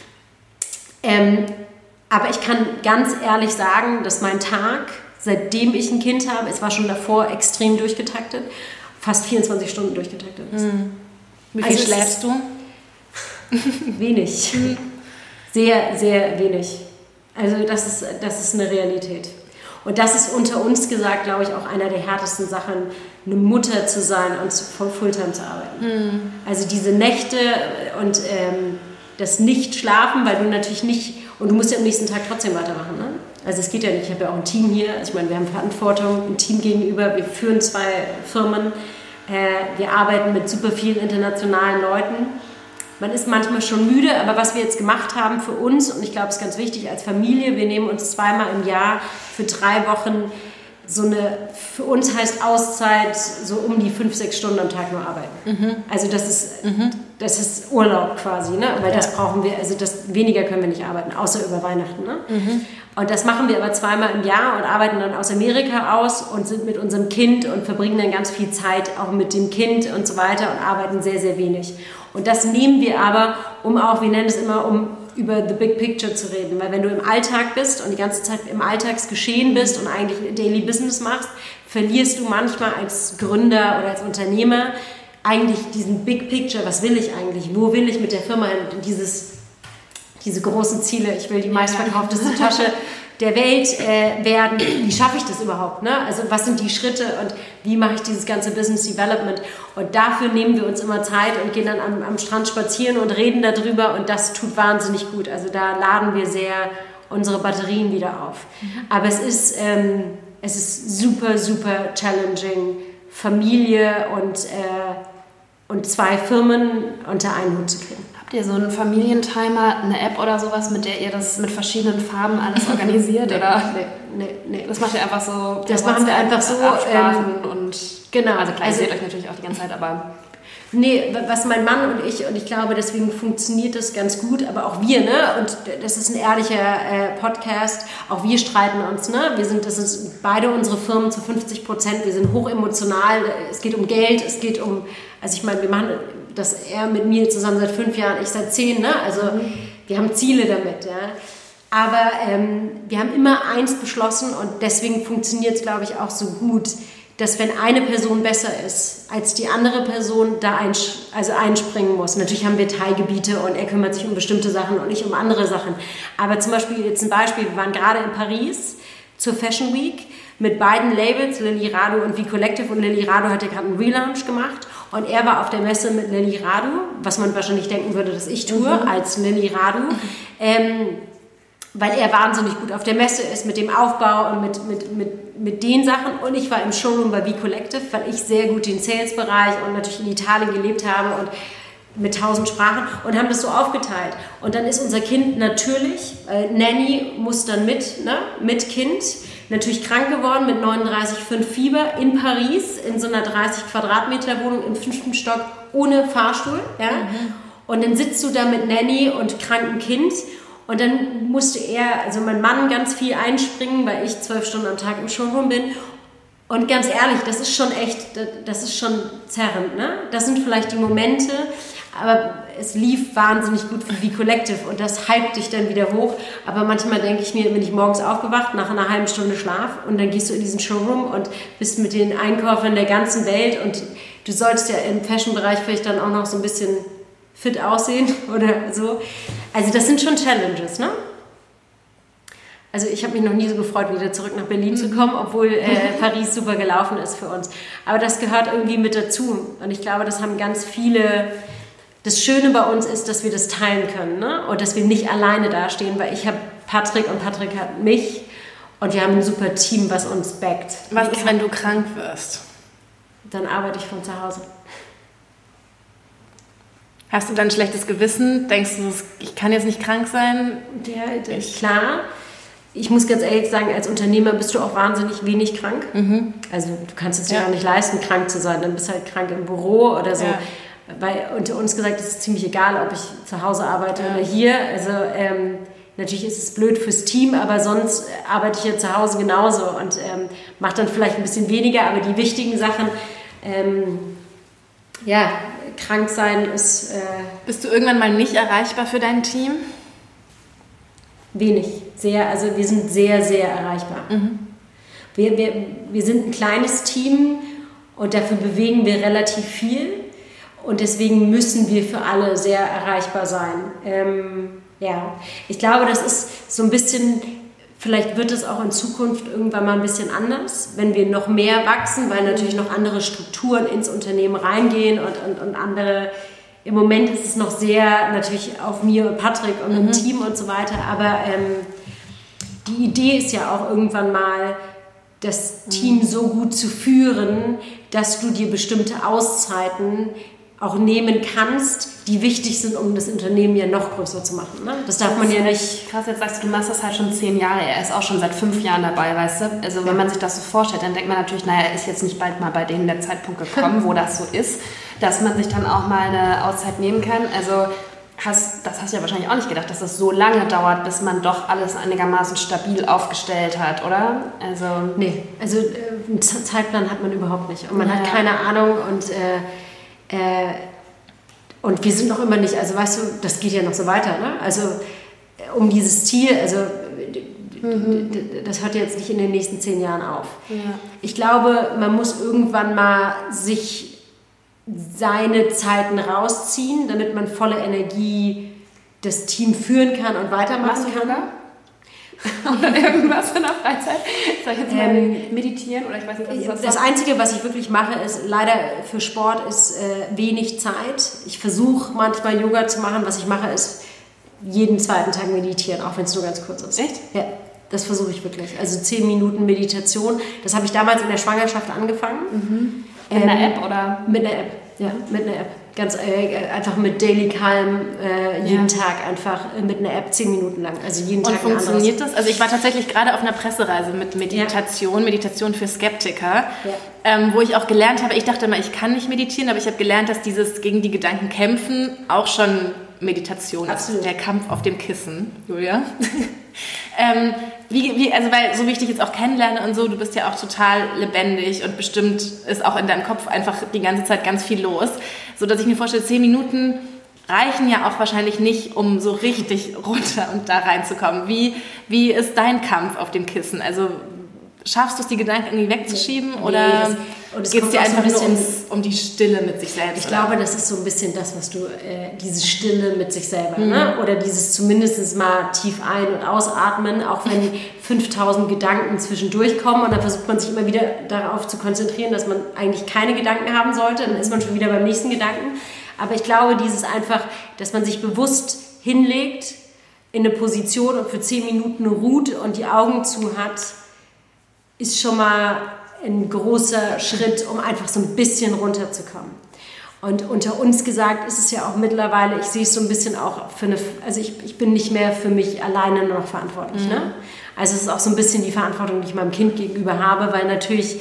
Ähm, aber ich kann ganz ehrlich sagen, dass mein Tag, seitdem ich ein Kind habe, es war schon davor extrem durchgetaktet, fast vierundzwanzig Stunden durchgetaktet ist. Hm. Wie viel also schläfst du? Wenig. Sehr, sehr wenig. Also das ist, das ist eine Realität. Und das ist unter uns gesagt, glaube ich, auch einer der härtesten Sachen, eine Mutter zu sein und voll Fulltime zu arbeiten. Hm. Also diese Nächte und ähm, das Nicht-Schlafen, weil du natürlich nicht, und du musst ja am nächsten Tag trotzdem weitermachen, ne? Also es geht ja nicht, ich habe ja auch ein Team hier, also ich meine, wir haben Verantwortung, ein Team gegenüber, wir führen zwei Firmen, äh, wir arbeiten mit super vielen internationalen Leuten. Man ist manchmal schon müde, aber was wir jetzt gemacht haben für uns, und ich glaube, es ist ganz wichtig als Familie, wir nehmen uns zweimal im Jahr für drei Wochen so eine, für uns heißt Auszeit so um die fünf, sechs Stunden am Tag nur arbeiten. Mhm. Also das ist, mhm. das ist Urlaub quasi, ne? Weil ja. das brauchen wir, also das, weniger können wir nicht arbeiten, außer über Weihnachten. Ne? Mhm. Und das machen wir aber zweimal im Jahr und arbeiten dann aus Amerika aus und sind mit unserem Kind und verbringen dann ganz viel Zeit auch mit dem Kind und so weiter und arbeiten sehr, sehr wenig. Und das nehmen wir aber, um auch, wir nennen es immer, um über the big picture zu reden. Weil wenn du im Alltag bist und die ganze Zeit im Alltagsgeschehen bist und eigentlich Daily Business machst, verlierst du manchmal als Gründer oder als Unternehmer eigentlich diesen big picture. Was will ich eigentlich? Wo will ich mit der Firma hin? Dieses, diese großen Ziele. Ich will die meistverkaufteste Tasche der Welt äh, werden. Wie schaffe ich das überhaupt? Ne? Also was sind die Schritte und wie mache ich dieses ganze Business Development? Und dafür nehmen wir uns immer Zeit und gehen dann am, am Strand spazieren und reden darüber und das tut wahnsinnig gut. Also da laden wir sehr unsere Batterien wieder auf. Mhm. Aber es ist, ähm, es ist super, super challenging, Familie und, äh, und zwei Firmen unter einen Hut zu kriegen. Habt ihr so einen Familientimer, eine App oder sowas, mit der ihr das mit verschiedenen Farben alles organisiert? nee, oder? Nee, nee, nee. Das macht ihr einfach so? Das machen wir einfach so. Absprachen ähm, und genau. Also klar, ihr seht euch natürlich auch die ganze Zeit, aber... Nee, was mein Mann und ich, und ich glaube, deswegen funktioniert das ganz gut, aber auch wir, ne, und das ist ein ehrlicher äh, Podcast, auch wir streiten uns, ne, wir sind, das ist beide unsere Firmen zu fünfzig Prozent, wir sind hochemotional, es geht um Geld, es geht um, also ich meine, wir machen das er mit mir zusammen seit fünf Jahren, ich seit zehn, ne, also mhm. wir haben Ziele damit, ja, aber ähm, wir haben immer eins beschlossen und deswegen funktioniert es, glaube ich, auch so gut, dass wenn eine Person besser ist als die andere Person, da einsch- also einspringen muss. Natürlich haben wir Teilgebiete und er kümmert sich um bestimmte Sachen und ich um andere Sachen. Aber zum Beispiel, jetzt ein Beispiel, wir waren gerade in Paris zur Fashion Week mit beiden Labels, Lily Radu und V Collective, und Lily Radu hat ja gerade einen Relaunch gemacht und er war auf der Messe mit Lily Radu, was man wahrscheinlich denken würde, dass ich tue, mhm. als Lily Radu. Mhm. Ähm, weil er wahnsinnig gut auf der Messe ist mit dem Aufbau und mit, mit, mit, mit den Sachen. Und ich war im Showroom bei V Collective, weil ich sehr gut den Sales-Bereich und natürlich in Italien gelebt habe und mit tausend Sprachen und haben das so aufgeteilt. Und dann ist unser Kind natürlich, äh, Nanny muss dann mit, ne, mit Kind. natürlich krank geworden mit neununddreißig Komma fünf Fieber in Paris, in so einer dreißig Quadratmeter Wohnung im fünften Stock ohne Fahrstuhl. Ja? Mhm. Und dann sitzt du da mit Nanny und krankem Kind. Und dann musste er, also mein Mann, ganz viel einspringen, weil ich zwölf Stunden am Tag im Showroom bin. Und ganz ehrlich, das ist schon echt, das ist schon zerrend, ne? Das sind vielleicht die Momente, aber es lief wahnsinnig gut für V Collective und das hypt dich dann wieder hoch. Aber manchmal denke ich mir, bin ich morgens aufgewacht nach einer halben Stunde Schlaf und dann gehst du in diesen Showroom und bist mit den Einkäufern der ganzen Welt und du sollst ja im Fashion-Bereich vielleicht dann auch noch so ein bisschen fit aussehen oder so. Also das sind schon Challenges, ne? Also ich habe mich noch nie so gefreut, wieder zurück nach Berlin zu kommen, obwohl äh, Paris super gelaufen ist für uns. Aber das gehört irgendwie mit dazu. Und ich glaube, das haben ganz viele... Das Schöne bei uns ist, dass wir das teilen können, ne? Und dass wir nicht alleine dastehen, weil ich habe Patrick und Patrick hat mich und wir haben ein super Team, was uns backt. Was ist, wenn du krank wirst? Dann arbeite ich von zu Hause. Hast du dann ein schlechtes Gewissen? Denkst du, ich kann jetzt nicht krank sein? Ja, das, klar. Ich muss ganz ehrlich sagen, als Unternehmer bist du auch wahnsinnig wenig krank. Mhm. Also du kannst es ja. ja auch nicht leisten, krank zu sein. Dann bist du halt krank im Büro oder so. Ja. Weil unter uns gesagt, es ist ziemlich egal, ob ich zu Hause arbeite ja. oder hier. Also ähm, natürlich ist es blöd fürs Team, aber sonst arbeite ich ja zu Hause genauso und ähm, mache dann vielleicht ein bisschen weniger. Aber die wichtigen Sachen, ähm, ja, krank sein ist... Äh, Bist du irgendwann mal nicht erreichbar für dein Team? Wenig. Sehr, also wir sind sehr, sehr erreichbar. Mhm. Wir, wir, wir sind ein kleines Team und dafür bewegen wir relativ viel. Und deswegen müssen wir für alle sehr erreichbar sein. Ähm, ja, ich glaube, das ist so ein bisschen, vielleicht wird es auch in Zukunft irgendwann mal ein bisschen anders, wenn wir noch mehr wachsen, weil natürlich noch andere Strukturen ins Unternehmen reingehen und, und, und andere, im Moment ist es noch sehr natürlich auf mir und Patrick und mhm. im Team und so weiter, aber ähm, die Idee ist ja auch irgendwann mal, das Team mhm. so gut zu führen, dass du dir bestimmte Auszeiten auch nehmen kannst, die wichtig sind, um das Unternehmen ja noch größer zu machen. Ne? Das darf das man ja nicht... Krass, jetzt sagst du, du machst das halt schon zehn Jahre. Er ist auch schon seit fünf Jahren dabei, weißt du? Also ja. wenn man sich das so vorstellt, dann denkt man natürlich, naja, ist jetzt nicht bald mal bei denen der Zeitpunkt gekommen, wo das so ist, dass man sich dann auch mal eine Auszeit nehmen kann. Also hast, das hast du ja wahrscheinlich auch nicht gedacht, dass das so lange dauert, bis man doch alles einigermaßen stabil aufgestellt hat, oder? Also nee, also äh, einen Zeitplan hat man überhaupt nicht. Und man ja. hat keine Ahnung und... Äh, Äh, und wir sind noch immer nicht, also weißt du, das geht ja noch so weiter, ne? Also um dieses Ziel, also mhm. das hört jetzt nicht in den nächsten zehn Jahren auf. Ja. Ich glaube, man muss irgendwann mal sich seine Zeiten rausziehen, damit man volle Energie das Team führen kann und weitermachen kann. Oder irgendwas in der Freizeit? Soll ich jetzt mal ähm, meditieren oder ich weiß nicht, was ist das? Das Einzige, was ich wirklich mache, ist leider für Sport ist äh, wenig Zeit. Ich versuche manchmal Yoga zu machen. Was ich mache, ist jeden zweiten Tag meditieren, auch wenn es nur ganz kurz ist. Echt? Ja, das versuche ich wirklich. Also zehn Minuten Meditation. Das habe ich damals in der Schwangerschaft angefangen. Mhm. Mit ähm, einer App oder? Mit einer App, ja, mit einer App. Ganz äh, einfach mit Daily Calm äh, jeden ja. Tag einfach mit einer App zehn Minuten lang. Also jeden Tag. Und funktioniert das? Also ich war tatsächlich gerade auf einer Pressereise mit Meditation, ja. Meditation für Skeptiker, ja. ähm, wo ich auch gelernt habe, ich dachte immer, ich kann nicht meditieren, aber ich habe gelernt, dass dieses gegen die Gedanken kämpfen auch schon Meditation Absolut. ist. Der Kampf auf dem Kissen, Julia. ähm, wie, wie, also weil so wie ich dich jetzt auch kennenlerne und so, du bist ja auch total lebendig und bestimmt ist auch in deinem Kopf einfach die ganze Zeit ganz viel los, so dass ich mir vorstelle, zehn Minuten reichen ja auch wahrscheinlich nicht, um so richtig runter und da reinzukommen. Wie, wie ist dein Kampf auf dem Kissen? Also schaffst du es, die Gedanken irgendwie wegzuschieben nee, oder geht es dir einfach so nur ums, um die Stille mit sich selbst? Ich oder? glaube, das ist so ein bisschen das, was du, äh, diese Stille mit sich selber, mhm. ne? Oder dieses zumindest mal tief ein- und ausatmen, auch wenn fünftausend Gedanken zwischendurch kommen und dann versucht man sich immer wieder darauf zu konzentrieren, dass man eigentlich keine Gedanken haben sollte, dann ist man schon wieder beim nächsten Gedanken. Aber ich glaube, dieses einfach, dass man sich bewusst hinlegt in eine Position und für zehn Minuten ruht und die Augen zu hat, ist schon mal ein großer Schritt, um einfach so ein bisschen runterzukommen. Und unter uns gesagt ist es ja auch mittlerweile, ich sehe es so ein bisschen auch für eine, also ich, ich bin nicht mehr für mich alleine noch verantwortlich. Mhm. Ne? Also es ist auch so ein bisschen die Verantwortung, die ich meinem Kind gegenüber habe, weil natürlich,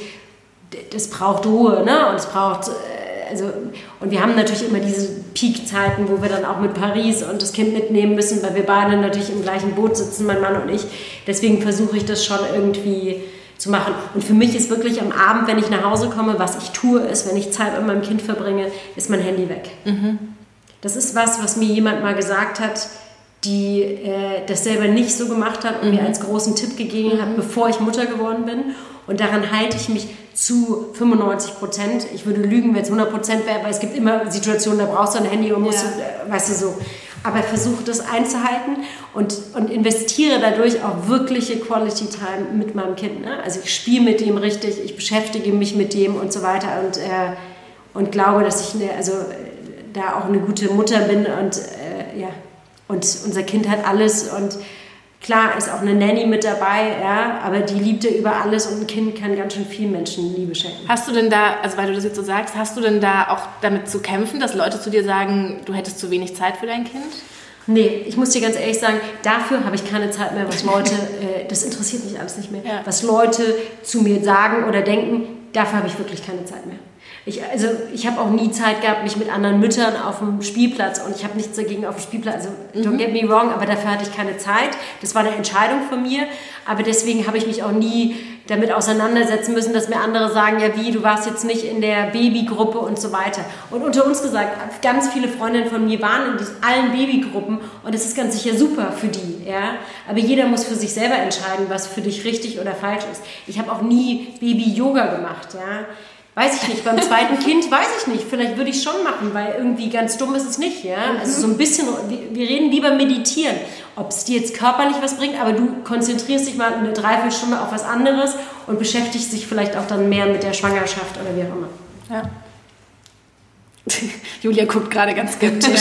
das braucht Ruhe, ne? Und es braucht, also, und wir haben natürlich immer diese Peak-Zeiten, wo wir dann auch mit Paris und das Kind mitnehmen müssen, weil wir beide natürlich im gleichen Boot sitzen, mein Mann und ich. Deswegen versuche ich das schon irgendwie zu machen. Und für mich ist wirklich am Abend, wenn ich nach Hause komme, was ich tue, ist, wenn ich Zeit mit meinem Kind verbringe, ist mein Handy weg. Mhm. Das ist was, was mir jemand mal gesagt hat, die äh, das selber nicht so gemacht hat und mhm. mir als großen Tipp gegeben hat, bevor ich Mutter geworden bin. Und daran halte ich mich zu fünfundneunzig Prozent. Ich würde lügen, wenn es hundert Prozent wäre, weil es gibt immer Situationen, da brauchst du ein Handy und musst, ja. du, weißt du, so. Aber versuche das einzuhalten und, und investiere dadurch auch wirkliche Quality Time mit meinem Kind. Ne? Also ich spiele mit dem richtig, ich beschäftige mich mit dem und so weiter und, äh, und glaube, dass ich eine, also, da auch eine gute Mutter bin und äh, ja. Und unser Kind hat alles und klar ist auch eine Nanny mit dabei, ja, aber die liebt er über alles und ein Kind kann ganz schön vielen Menschen Liebe schenken. Hast du denn da, also weil du das jetzt so sagst, hast du denn da auch damit zu kämpfen, dass Leute zu dir sagen, du hättest zu wenig Zeit für dein Kind? Nee, ich muss dir ganz ehrlich sagen, dafür habe ich keine Zeit mehr, was Leute, äh, das interessiert mich alles nicht mehr, ja. was Leute zu mir sagen oder denken, dafür habe ich wirklich keine Zeit mehr. Ich, also ich habe auch nie Zeit gehabt, mich mit anderen Müttern auf dem Spielplatz und ich habe nichts dagegen auf dem Spielplatz, also don't get me wrong, aber dafür hatte ich keine Zeit. Das war eine Entscheidung von mir, aber deswegen habe ich mich auch nie damit auseinandersetzen müssen, dass mir andere sagen, ja wie, du warst jetzt nicht in der Babygruppe und so weiter. Und unter uns gesagt, ganz viele Freundinnen von mir waren in diesen, allen Babygruppen und das ist ganz sicher super für die, ja. Aber jeder muss für sich selber entscheiden, was für dich richtig oder falsch ist. Ich habe auch nie Baby-Yoga gemacht, ja. Weiß ich nicht, beim zweiten Kind weiß ich nicht, vielleicht würde ich es schon machen, weil irgendwie ganz dumm ist es nicht, ja. Also so ein bisschen, wir reden lieber meditieren, ob es dir jetzt körperlich was bringt, aber du konzentrierst dich mal eine Dreiviertelstunde auf was anderes und beschäftigst dich vielleicht auch dann mehr mit der Schwangerschaft oder wie auch immer. Ja. Julia guckt gerade ganz skeptisch.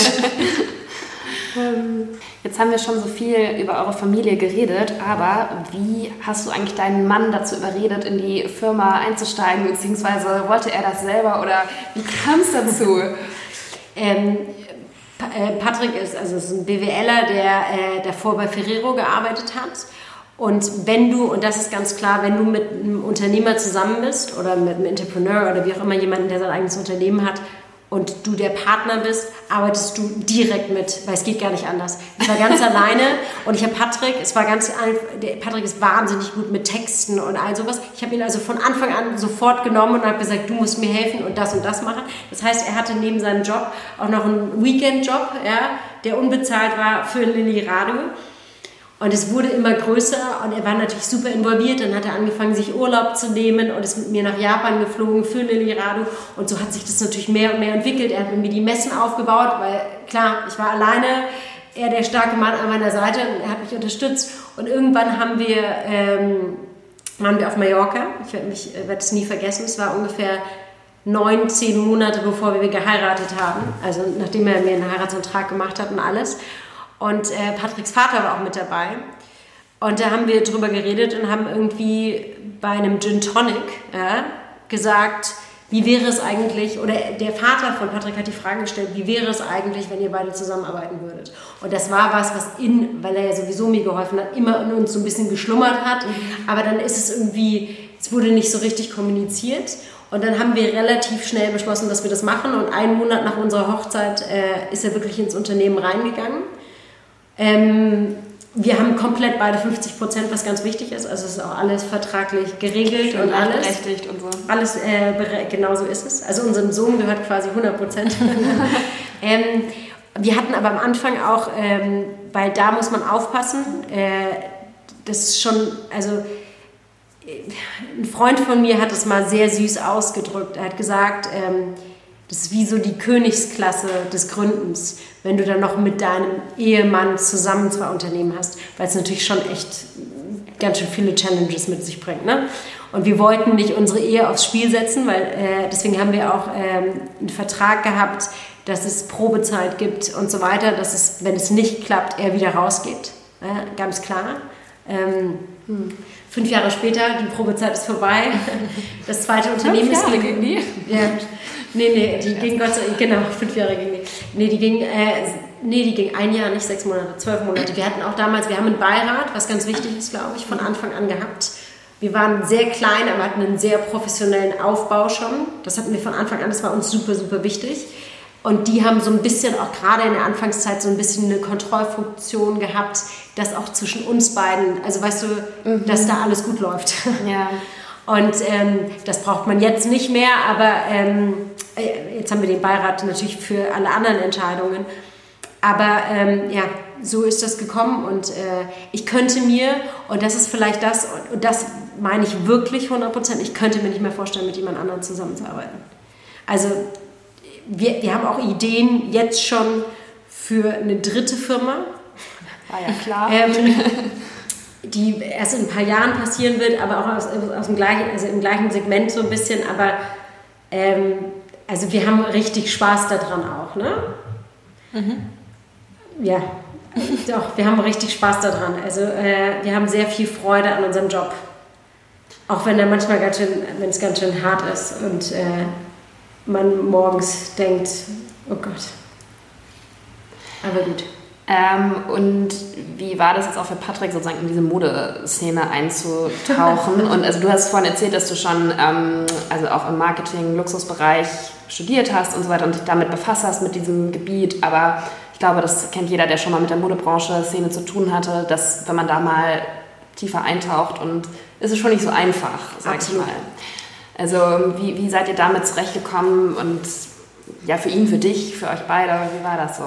Jetzt haben wir schon so viel über eure Familie geredet, aber wie hast du eigentlich deinen Mann dazu überredet, in die Firma einzusteigen, beziehungsweise wollte er das selber oder wie kam es dazu? ähm, Patrick ist, also ist ein BWLer, der äh, davor bei Ferrero gearbeitet hat. Und wenn du, und das ist ganz klar, wenn du mit einem Unternehmer zusammen bist oder mit einem Entrepreneur oder wie auch immer jemanden, der sein eigenes Unternehmen hat, und du der Partner bist, arbeitest du direkt mit, weil es geht gar nicht anders. Ich war ganz alleine und ich habe Patrick, es war ganz, der Patrick ist wahnsinnig gut mit Texten und all sowas. Ich habe ihn also von Anfang an sofort genommen und habe gesagt, du musst mir helfen und das und das machen. Das heißt, er hatte neben seinem Job auch noch einen Weekend-Job, ja, der unbezahlt war für Lilly Radio. Und es wurde immer größer und er war natürlich super involviert. Dann hat er angefangen, sich Urlaub zu nehmen und ist mit mir nach Japan geflogen für Lilly Radio. Und so hat sich das natürlich mehr und mehr entwickelt. Er hat mit mir die Messen aufgebaut, weil klar, ich war alleine, er der starke Mann an meiner Seite und er hat mich unterstützt. Und irgendwann haben wir, ähm, waren wir auf Mallorca. Ich werde mich, werde es nie vergessen. Es war ungefähr neun, zehn Monate, bevor wir geheiratet haben. Also nachdem er mir einen Heiratsantrag gemacht hat und alles. Und äh, Patricks Vater war auch mit dabei. Und da haben wir drüber geredet und haben irgendwie bei einem Gin Tonic ja, gesagt, wie wäre es eigentlich, oder der Vater von Patrick hat die Frage gestellt, wie wäre es eigentlich, wenn ihr beide zusammenarbeiten würdet? Und das war was, was in, weil er ja sowieso mir geholfen hat, immer in uns so ein bisschen geschlummert hat. Mhm. Aber dann ist es irgendwie, es wurde nicht so richtig kommuniziert. Und dann haben wir relativ schnell beschlossen, dass wir das machen. Und einen Monat nach unserer Hochzeit äh, ist er wirklich ins Unternehmen reingegangen. Ähm, wir haben komplett beide fünfzig Prozent, was ganz wichtig ist. Also es ist auch alles vertraglich geregelt und alles. Berechtigt und so. Alles, äh, genau so ist es. Also unserem Sohn gehört quasi hundert Prozent. ähm, wir hatten aber am Anfang auch, ähm, weil da muss man aufpassen, äh, das ist schon, also ein Freund von mir hat es mal sehr süß ausgedrückt. Er hat gesagt, ähm, das ist wie so die Königsklasse des Gründens, wenn du dann noch mit deinem Ehemann zusammen zwei Unternehmen hast, weil es natürlich schon echt ganz schön viele Challenges mit sich bringt. Ne? Und wir wollten nicht unsere Ehe aufs Spiel setzen, weil äh, deswegen haben wir auch ähm, einen Vertrag gehabt, dass es Probezeit gibt und so weiter, dass es, wenn es nicht klappt, er wieder rausgeht. Äh, ganz klar. Ähm, hm. Fünf Jahre später, die Probezeit ist vorbei. Das zweite Unternehmen fünf Jahre ist... Gegen die? Ja. Nee, nee, die ging Gott sei Dank, genau, fünf Jahre ging die. Nee, die ging, äh, nee, die ging ein Jahr, nicht sechs Monate, zwölf Monate. Wir hatten auch damals, wir haben einen Beirat, was ganz wichtig ist, glaube ich, von Anfang an gehabt. Wir waren sehr klein, aber hatten einen sehr professionellen Aufbau schon. Das hatten wir von Anfang an, das war uns super, super wichtig. Und die haben so ein bisschen, auch gerade in der Anfangszeit, so ein bisschen eine Kontrollfunktion gehabt, dass auch zwischen uns beiden, also weißt du, mhm. dass da alles gut läuft. Ja. Und ähm, das braucht man jetzt nicht mehr, aber ähm, jetzt haben wir den Beirat natürlich für alle anderen Entscheidungen. Aber ähm, ja, so ist das gekommen und äh, ich könnte mir, und das ist vielleicht das, und das meine ich wirklich hundert Prozent, ich könnte mir nicht mehr vorstellen, mit jemand anderem zusammenzuarbeiten. Also wir, wir haben auch Ideen jetzt schon für eine dritte Firma. Ah ja, klar. Ähm, die erst in ein paar Jahren passieren wird, aber auch aus, aus dem gleichen, also im gleichen Segment so ein bisschen. Aber ähm, also wir haben richtig Spaß daran auch, ne? Mhm. Ja, doch, wir haben richtig Spaß daran. Also äh, wir haben sehr viel Freude an unserem Job. Auch wenn er manchmal ganz schön, wenn es ganz schön hart ist und äh, man morgens denkt, oh Gott. Aber gut. Ähm, und wie war das jetzt auch für Patrick, sozusagen in diese Modeszene einzutauchen? Und also du hast vorhin erzählt, dass du schon ähm, also auch im Marketing, Luxusbereich studiert hast und so weiter und dich damit befasst hast mit diesem Gebiet. Aber ich glaube, das kennt jeder, der schon mal mit der Modebranche, Szene zu tun hatte, dass wenn man da mal tiefer eintaucht und ist es schon nicht so einfach, sag ich mal. Also wie, wie seid ihr damit zurechtgekommen und ja, für ihn, für dich, für euch beide, wie war das so?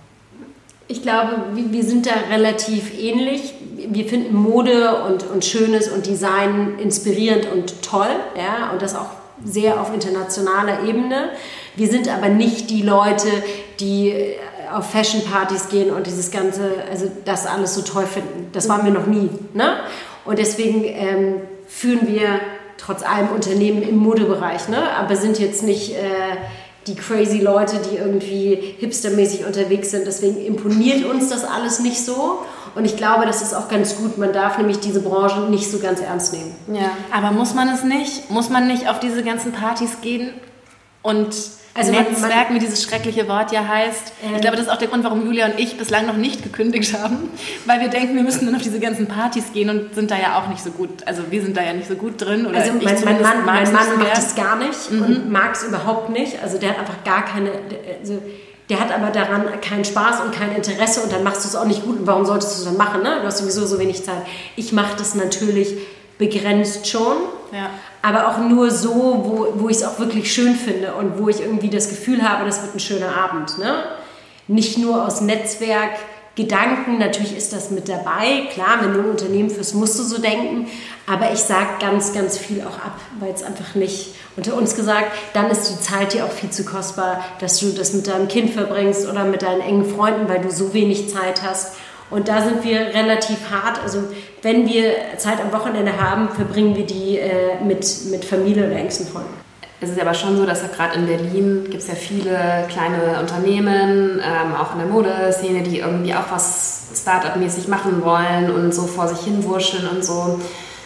Ich glaube, wir sind da relativ ähnlich. Wir finden Mode und, und Schönes und Design inspirierend und toll, ja, und das auch sehr auf internationaler Ebene. Wir sind aber nicht die Leute, die auf Fashion-Partys gehen und dieses Ganze, also das alles so toll finden. Das waren wir noch nie, ne? Und deswegen ähm, führen wir trotz allem Unternehmen im Modebereich, ne? Aber sind jetzt nicht äh, die crazy Leute, die irgendwie hipstermäßig unterwegs sind. Deswegen imponiert uns das alles nicht so. Und ich glaube, das ist auch ganz gut. Man darf nämlich diese Branche nicht so ganz ernst nehmen. Ja. Aber muss man es nicht? Muss man nicht auf diese ganzen Partys gehen und also Netzwerk, wie dieses schreckliche Wort ja heißt? Ähm, ich glaube, das ist auch der Grund, warum Julia und ich bislang noch nicht gekündigt haben. Weil wir denken, wir müssen dann auf diese ganzen Partys gehen und sind da ja auch nicht so gut. Also wir sind da ja nicht so gut drin. Oder also mein, mein Mann, mein Mann macht es gar nicht mhm. und mag es überhaupt nicht. Also der hat einfach gar keine... Also der hat aber daran keinen Spaß und kein Interesse und dann machst du es auch nicht gut. Und warum solltest du es dann machen? Ne? Du hast sowieso so wenig Zeit. Ich mache das natürlich begrenzt schon, ja. aber auch nur so, wo, wo ich es auch wirklich schön finde und wo ich irgendwie das Gefühl habe, das wird ein schöner Abend. Ne? Nicht nur aus Netzwerkgedanken, natürlich ist das mit dabei. Klar, wenn du ein Unternehmen führst, musst du so denken. Aber ich sage ganz, ganz viel auch ab, weil es einfach nicht... Unter uns gesagt, dann ist die Zeit dir auch viel zu kostbar, dass du das mit deinem Kind verbringst oder mit deinen engen Freunden, weil du so wenig Zeit hast. Und da sind wir relativ hart. Also wenn wir Zeit am Wochenende haben, verbringen wir die äh, mit, mit Familie oder engsten Freunden. Es ist aber schon so, dass ja gerade in Berlin gibt es ja viele kleine Unternehmen, ähm, auch in der Modeszene, die irgendwie auch was Start-up-mäßig machen wollen und so vor sich hin wurscheln und so.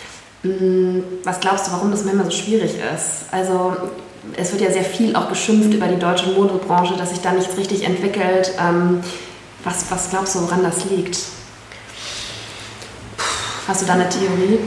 Was glaubst du, warum das manchmal so schwierig ist? Also es wird ja sehr viel auch geschimpft über die deutsche Modebranche, dass sich da nichts richtig entwickelt. Ähm, was, was glaubst du, woran das liegt? Hast du da eine Theorie?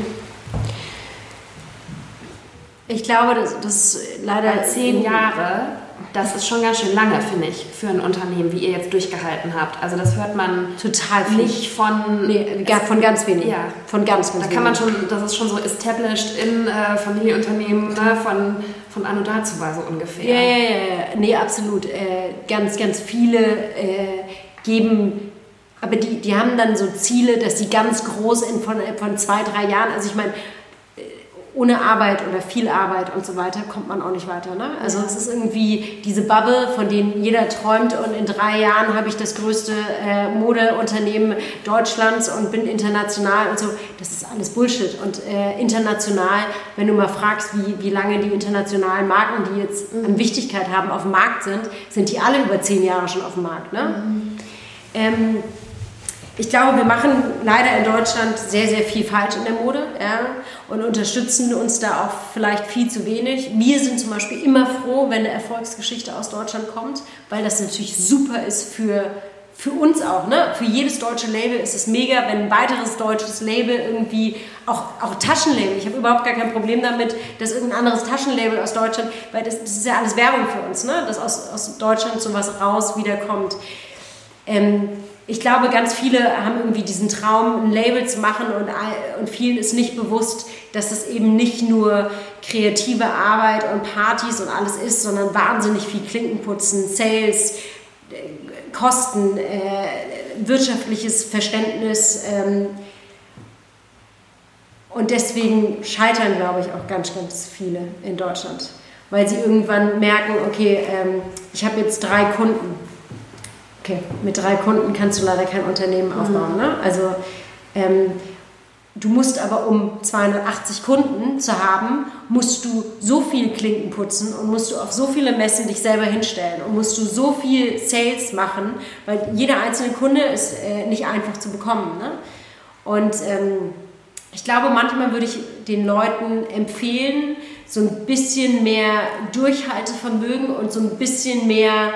Ich glaube, das, das leider... Weil zehn Jahre, das ist schon ganz schön lange, finde ich, für ein Unternehmen, wie ihr jetzt durchgehalten habt. Also das hört man total viel. Nicht von... Nee, es, von ganz wenigen. Ja. Von ganz, ganz Da kann man schon, das ist schon so established in äh, Familienunternehmen, ne, von, von Anno dazu war so ungefähr. Ja, ja, ja, ja. Nee, absolut. Äh, ganz, ganz viele äh, geben... Aber die, die haben dann so Ziele, dass sie ganz groß in von, von zwei, drei Jahren... Also ich meine... Ohne Arbeit oder viel Arbeit und so weiter kommt man auch nicht weiter. Ne? Also es ist irgendwie diese Bubble, von denen jeder träumt und in drei Jahren habe ich das größte äh, Modeunternehmen Deutschlands und bin international und so. Das ist alles Bullshit. Und äh, international, wenn du mal fragst, wie, wie lange die internationalen Marken, die jetzt mhm. an Wichtigkeit haben, auf dem Markt sind, sind die alle über zehn Jahre schon auf dem Markt. Ne? Mhm. Ähm, Ich glaube, wir machen leider in Deutschland sehr, sehr viel falsch in der Mode, ja, und unterstützen uns da auch vielleicht viel zu wenig. Wir sind zum Beispiel immer froh, wenn eine Erfolgsgeschichte aus Deutschland kommt, weil das natürlich super ist für, für uns auch, ne? Für jedes deutsche Label ist es mega, wenn ein weiteres deutsches Label irgendwie, auch, auch Taschenlabel, ich habe überhaupt gar kein Problem damit, dass irgendein anderes Taschenlabel aus Deutschland, weil das, das ist ja alles Werbung für uns, ne? Dass aus, aus Deutschland sowas raus wiederkommt. Ähm, ich glaube, ganz viele haben irgendwie diesen Traum, ein Label zu machen und, und vielen ist nicht bewusst, dass es eben nicht nur kreative Arbeit und Partys und alles ist, sondern wahnsinnig viel Klinkenputzen, Sales, Kosten, äh, wirtschaftliches Verständnis. Ähm, und deswegen scheitern, glaube ich, auch ganz, ganz viele in Deutschland. Weil sie irgendwann merken, okay, ähm, ich habe jetzt drei Kunden. Okay, mit drei Kunden kannst du leider kein Unternehmen aufbauen. Ne? Also ähm, du musst aber, um zweihundertachtzig Kunden zu haben, musst du so viel Klinken putzen und musst du auf so viele Messen dich selber hinstellen und musst du so viel Sales machen, weil jeder einzelne Kunde ist äh, nicht einfach zu bekommen. Ne? Und ähm, ich glaube, manchmal würde ich den Leuten empfehlen, so ein bisschen mehr Durchhaltevermögen und so ein bisschen mehr...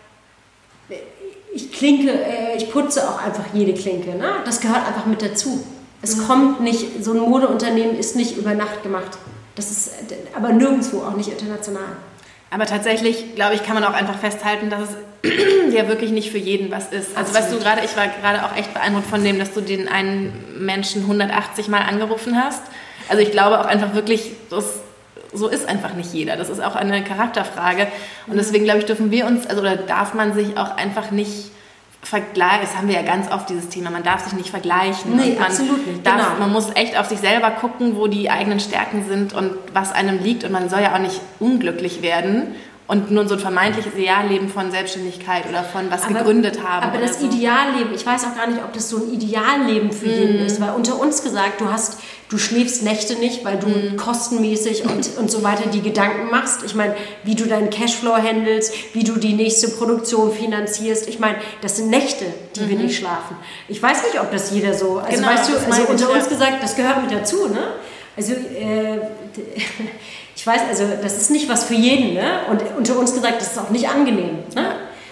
Ich klinke, äh, ich putze auch einfach jede Klinke. Ne? Das gehört einfach mit dazu. Es mhm. kommt nicht, so ein Modeunternehmen ist nicht über Nacht gemacht. Das ist aber nirgendwo, auch nicht international. Aber tatsächlich, glaube ich, kann man auch einfach festhalten, dass es ja wirklich nicht für jeden was ist. Also weißt du gerade, ich war gerade auch echt beeindruckt von dem, dass du den einen Menschen hundertachtzig Mal angerufen hast. Also ich glaube auch einfach wirklich, dass so ist einfach nicht jeder. Das ist auch eine Charakterfrage. Und deswegen, glaube ich, dürfen wir uns, also oder darf man sich auch einfach nicht vergleichen. Das haben wir ja ganz oft, dieses Thema. Man darf sich nicht vergleichen. Nee, man absolut nicht. Darf, genau. Man muss echt auf sich selber gucken, wo die eigenen Stärken sind und was einem liegt. Und man soll ja auch nicht unglücklich werden und nur so ein vermeintliches Idealleben von Selbstständigkeit oder von was aber, gegründet haben. Aber das so. Idealleben, ich weiß auch gar nicht, ob das so ein Idealleben für mm. jeden ist, weil unter uns gesagt, du hast, du schläfst Nächte nicht, weil du mm. kostenmäßig und, und so weiter die Gedanken machst. Ich meine, wie du deinen Cashflow handelst, wie du die nächste Produktion finanzierst. Ich meine, das sind Nächte, die mm-hmm. wir nicht schlafen. Ich weiß nicht, ob das jeder so, also genau, weißt du, also unter ich, uns gesagt, das gehört mit dazu, ne? Also, äh, ich weiß, also das ist nicht was für jeden, ne? Und unter uns gesagt, das ist auch nicht angenehm, ne?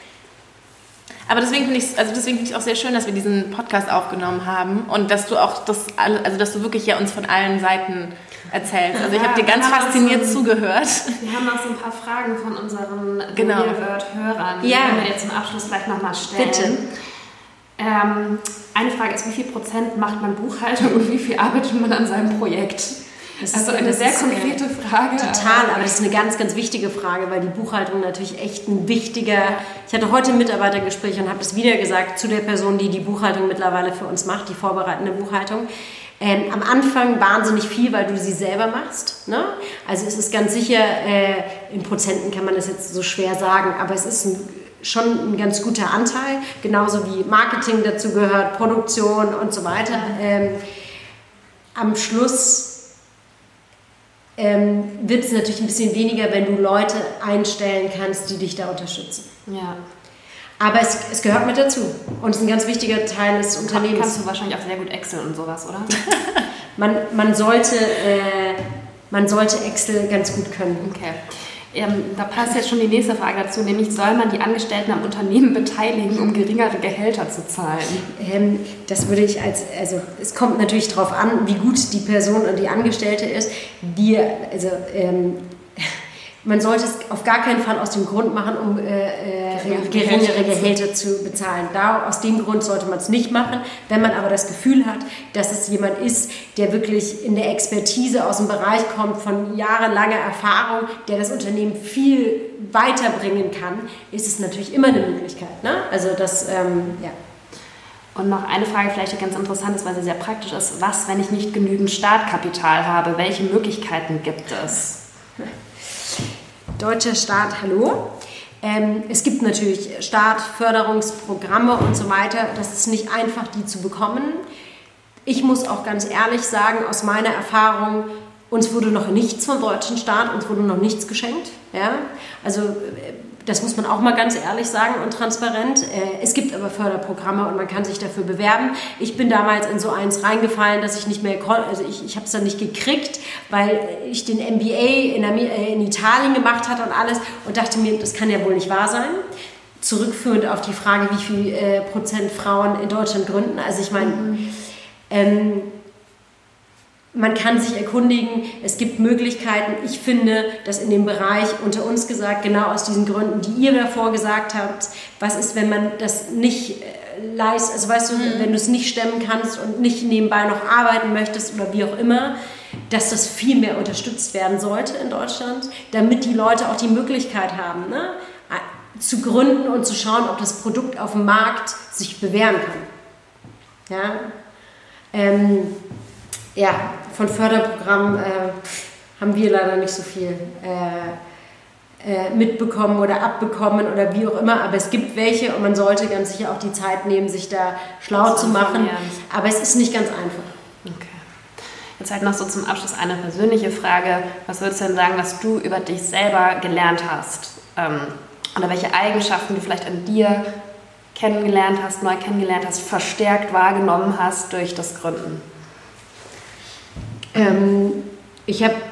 Aber deswegen finde ich also deswegen finde ich auch sehr schön, dass wir diesen Podcast aufgenommen haben und dass du auch das, also dass du wirklich ja uns von allen Seiten erzählst. Also ich ja, habe dir ganz fasziniert so, zugehört. Wir haben noch so ein paar Fragen von unseren genau. Hörern, ja. die wir jetzt zum Abschluss vielleicht nochmal stellen. Bitte. Ähm, eine Frage ist, wie viel Prozent macht man Buchhaltung und wie viel arbeitet man an seinem Projekt? Das also ist eine sehr konkrete Frage. Total, aber das ist eine ganz, ganz wichtige Frage, weil die Buchhaltung natürlich echt ein wichtiger... Ich hatte heute ein Mitarbeitergespräch und habe das wieder gesagt zu der Person, die die Buchhaltung mittlerweile für uns macht, die vorbereitende Buchhaltung. Ähm, am Anfang wahnsinnig viel, weil du sie selber machst. Ne? Also es ist ganz sicher, äh, in Prozenten kann man das jetzt so schwer sagen, aber es ist ein, schon ein ganz guter Anteil, genauso wie Marketing dazu gehört, Produktion und so weiter. Ähm, am Schluss... Ähm, wird es natürlich ein bisschen weniger, wenn du Leute einstellen kannst, die dich da unterstützen. Ja. Aber es, es gehört mit dazu und es ist ein ganz wichtiger Teil des Unternehmens. Kannst du wahrscheinlich auch sehr gut Excel und sowas, oder? man, man, sollte, äh, man sollte Excel ganz gut können. Okay. Ähm, da passt jetzt schon die nächste Frage dazu, nämlich soll man die Angestellten am Unternehmen beteiligen, um geringere Gehälter zu zahlen? Ähm, das würde ich als, also es kommt natürlich darauf an, wie gut die Person und die Angestellte ist. Wir, also ähm, man sollte es auf gar keinen Fall aus dem Grund machen, um äh, äh, geringere Gehälter zu bezahlen. Da, aus dem Grund sollte man es nicht machen. Wenn man aber das Gefühl hat, dass es jemand ist, der wirklich in der Expertise aus dem Bereich kommt, von jahrelanger Erfahrung, der das Unternehmen viel weiterbringen kann, ist es natürlich immer eine Möglichkeit. Ne? Also das, ähm, ja. Und noch eine Frage, vielleicht die ganz interessant ist, weil sie sehr praktisch ist. Was, wenn ich nicht genügend Startkapital habe? Welche Möglichkeiten gibt es? Deutscher Staat, hallo. Ähm, es gibt natürlich Startförderungsprogramme und so weiter. Das ist nicht einfach, die zu bekommen. Ich muss auch ganz ehrlich sagen, aus meiner Erfahrung, uns wurde noch nichts vom deutschen Staat, uns wurde noch nichts geschenkt. Ja? Also das muss man auch mal ganz ehrlich sagen und transparent. Es gibt aber Förderprogramme und man kann sich dafür bewerben. Ich bin damals in so eins reingefallen, dass ich nicht mehr konnte, also ich, ich habe es dann nicht gekriegt, weil ich den M B A in, in Italien gemacht hatte und alles und dachte mir, das kann ja wohl nicht wahr sein. zurückführend auf die Frage, wie viel äh, Prozent Frauen in Deutschland gründen. Also ich meine, mhm. ähm, man kann sich erkundigen, es gibt Möglichkeiten. Ich finde, dass in dem Bereich, unter uns gesagt, genau aus diesen Gründen, die ihr davor gesagt habt, was ist, wenn man das nicht äh, leistet, also weißt du, mhm. wenn du es nicht stemmen kannst und nicht nebenbei noch arbeiten möchtest oder wie auch immer, dass das viel mehr unterstützt werden sollte in Deutschland, damit die Leute auch die Möglichkeit haben, ne, zu gründen und zu schauen, ob das Produkt auf dem Markt sich bewähren kann. Ja, ähm, ja von Förderprogrammen äh, haben wir leider nicht so viel äh, äh, mitbekommen oder abbekommen oder wie auch immer, aber es gibt welche und man sollte ganz sicher auch die Zeit nehmen, sich da schlau zu machen, aber es ist nicht ganz einfach. Okay. Jetzt halt noch so zum Abschluss eine persönliche Frage. Was würdest du denn sagen, was du über dich selber gelernt hast? Ähm, oder welche Eigenschaften du vielleicht an dir kennengelernt hast, neu kennengelernt hast, verstärkt wahrgenommen hast durch das Gründen? Ähm, ich habe,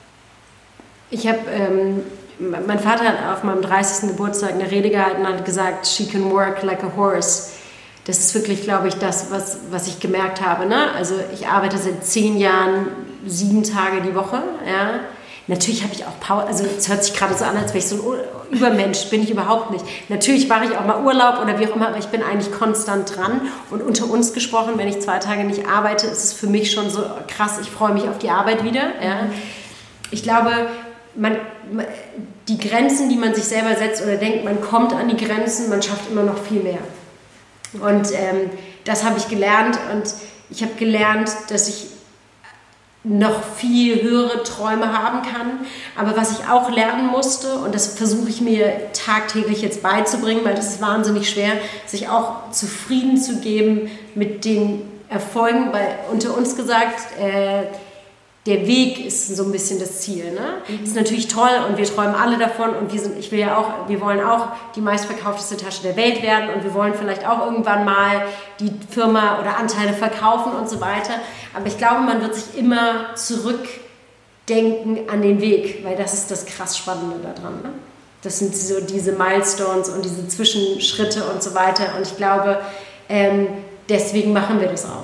ich hab, ähm, mein Vater hat auf meinem dreißigsten Geburtstag eine Rede gehalten und hat gesagt, she can work like a horse. Das ist wirklich, glaube ich, das, was, was ich gemerkt habe. Ne? Also ich arbeite seit zehn Jahren, sieben Tage die Woche. Ja? Natürlich habe ich auch Pause, also es hört sich gerade so an, als wäre ich so ein Übermensch, bin ich überhaupt nicht. Natürlich mache ich auch mal Urlaub oder wie auch immer, aber ich bin eigentlich konstant dran. Und unter uns gesprochen, wenn ich zwei Tage nicht arbeite, ist es für mich schon so krass, ich freue mich auf die Arbeit wieder. Ja? Ich glaube, man, die Grenzen, die man sich selber setzt oder denkt, man kommt an die Grenzen, man schafft immer noch viel mehr. Und ähm, das habe ich gelernt und ich habe gelernt, dass ich noch viel höhere Träume haben kann. Aber was ich auch lernen musste, und das versuche ich mir tagtäglich jetzt beizubringen, weil das ist wahnsinnig schwer, sich auch zufrieden zu geben mit den Erfolgen, weil unter uns gesagt, äh, der Weg ist so ein bisschen das Ziel. Ne? Mhm. Ist natürlich toll und wir träumen alle davon und wir sind, ich will ja auch, wir wollen auch die meistverkaufteste Tasche der Welt werden und wir wollen vielleicht auch irgendwann mal die Firma oder Anteile verkaufen und so weiter. Aber ich glaube, man wird sich immer zurückdenken an den Weg, weil das ist das krass Spannende daran. Ne? Das sind so diese Milestones und diese Zwischenschritte und so weiter. Und ich glaube, ähm, deswegen machen wir das auch.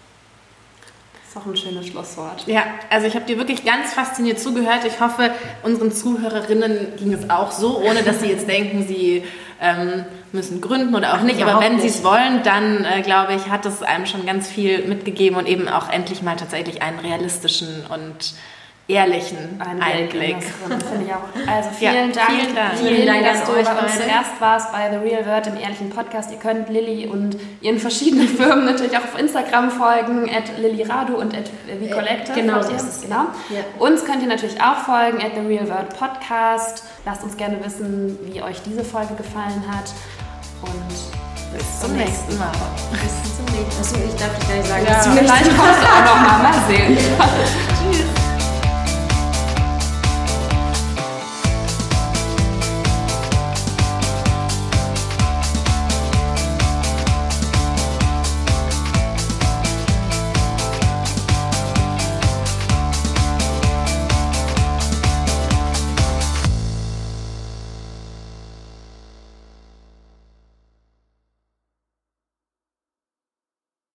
Das ist auch ein schönes Schlusswort. Ja, also ich habe dir wirklich ganz fasziniert zugehört. Ich hoffe, unseren Zuhörerinnen ging es auch so, ohne dass sie jetzt denken, sie ähm, müssen gründen oder auch Ach, nicht. Aber wenn sie es wollen, dann äh, glaube ich, hat es einem schon ganz viel mitgegeben und eben auch endlich mal tatsächlich einen realistischen und ehrlichen Einblick. Finde ich auch. Also vielen ja, Dank, vielen Dank, vielen Dank dass du bei uns zu Gast warst bei The Real World, dem ehrlichen Podcast. Ihr könnt Lilly und ihren verschiedenen Firmen natürlich auch auf Instagram folgen, at lillyradu und at vcollective. Genau, so ist es. Genau. Ja. Uns könnt ihr natürlich auch folgen, at The Real World Podcast. Lasst uns gerne wissen, wie euch diese Folge gefallen hat. Und bis zum nächsten Mal. Bis zum nächsten Mal. Achso, ich darf dich gar nicht sagen. Ja, vielleicht kommst du auch noch mal. Mal sehen. Tschüss.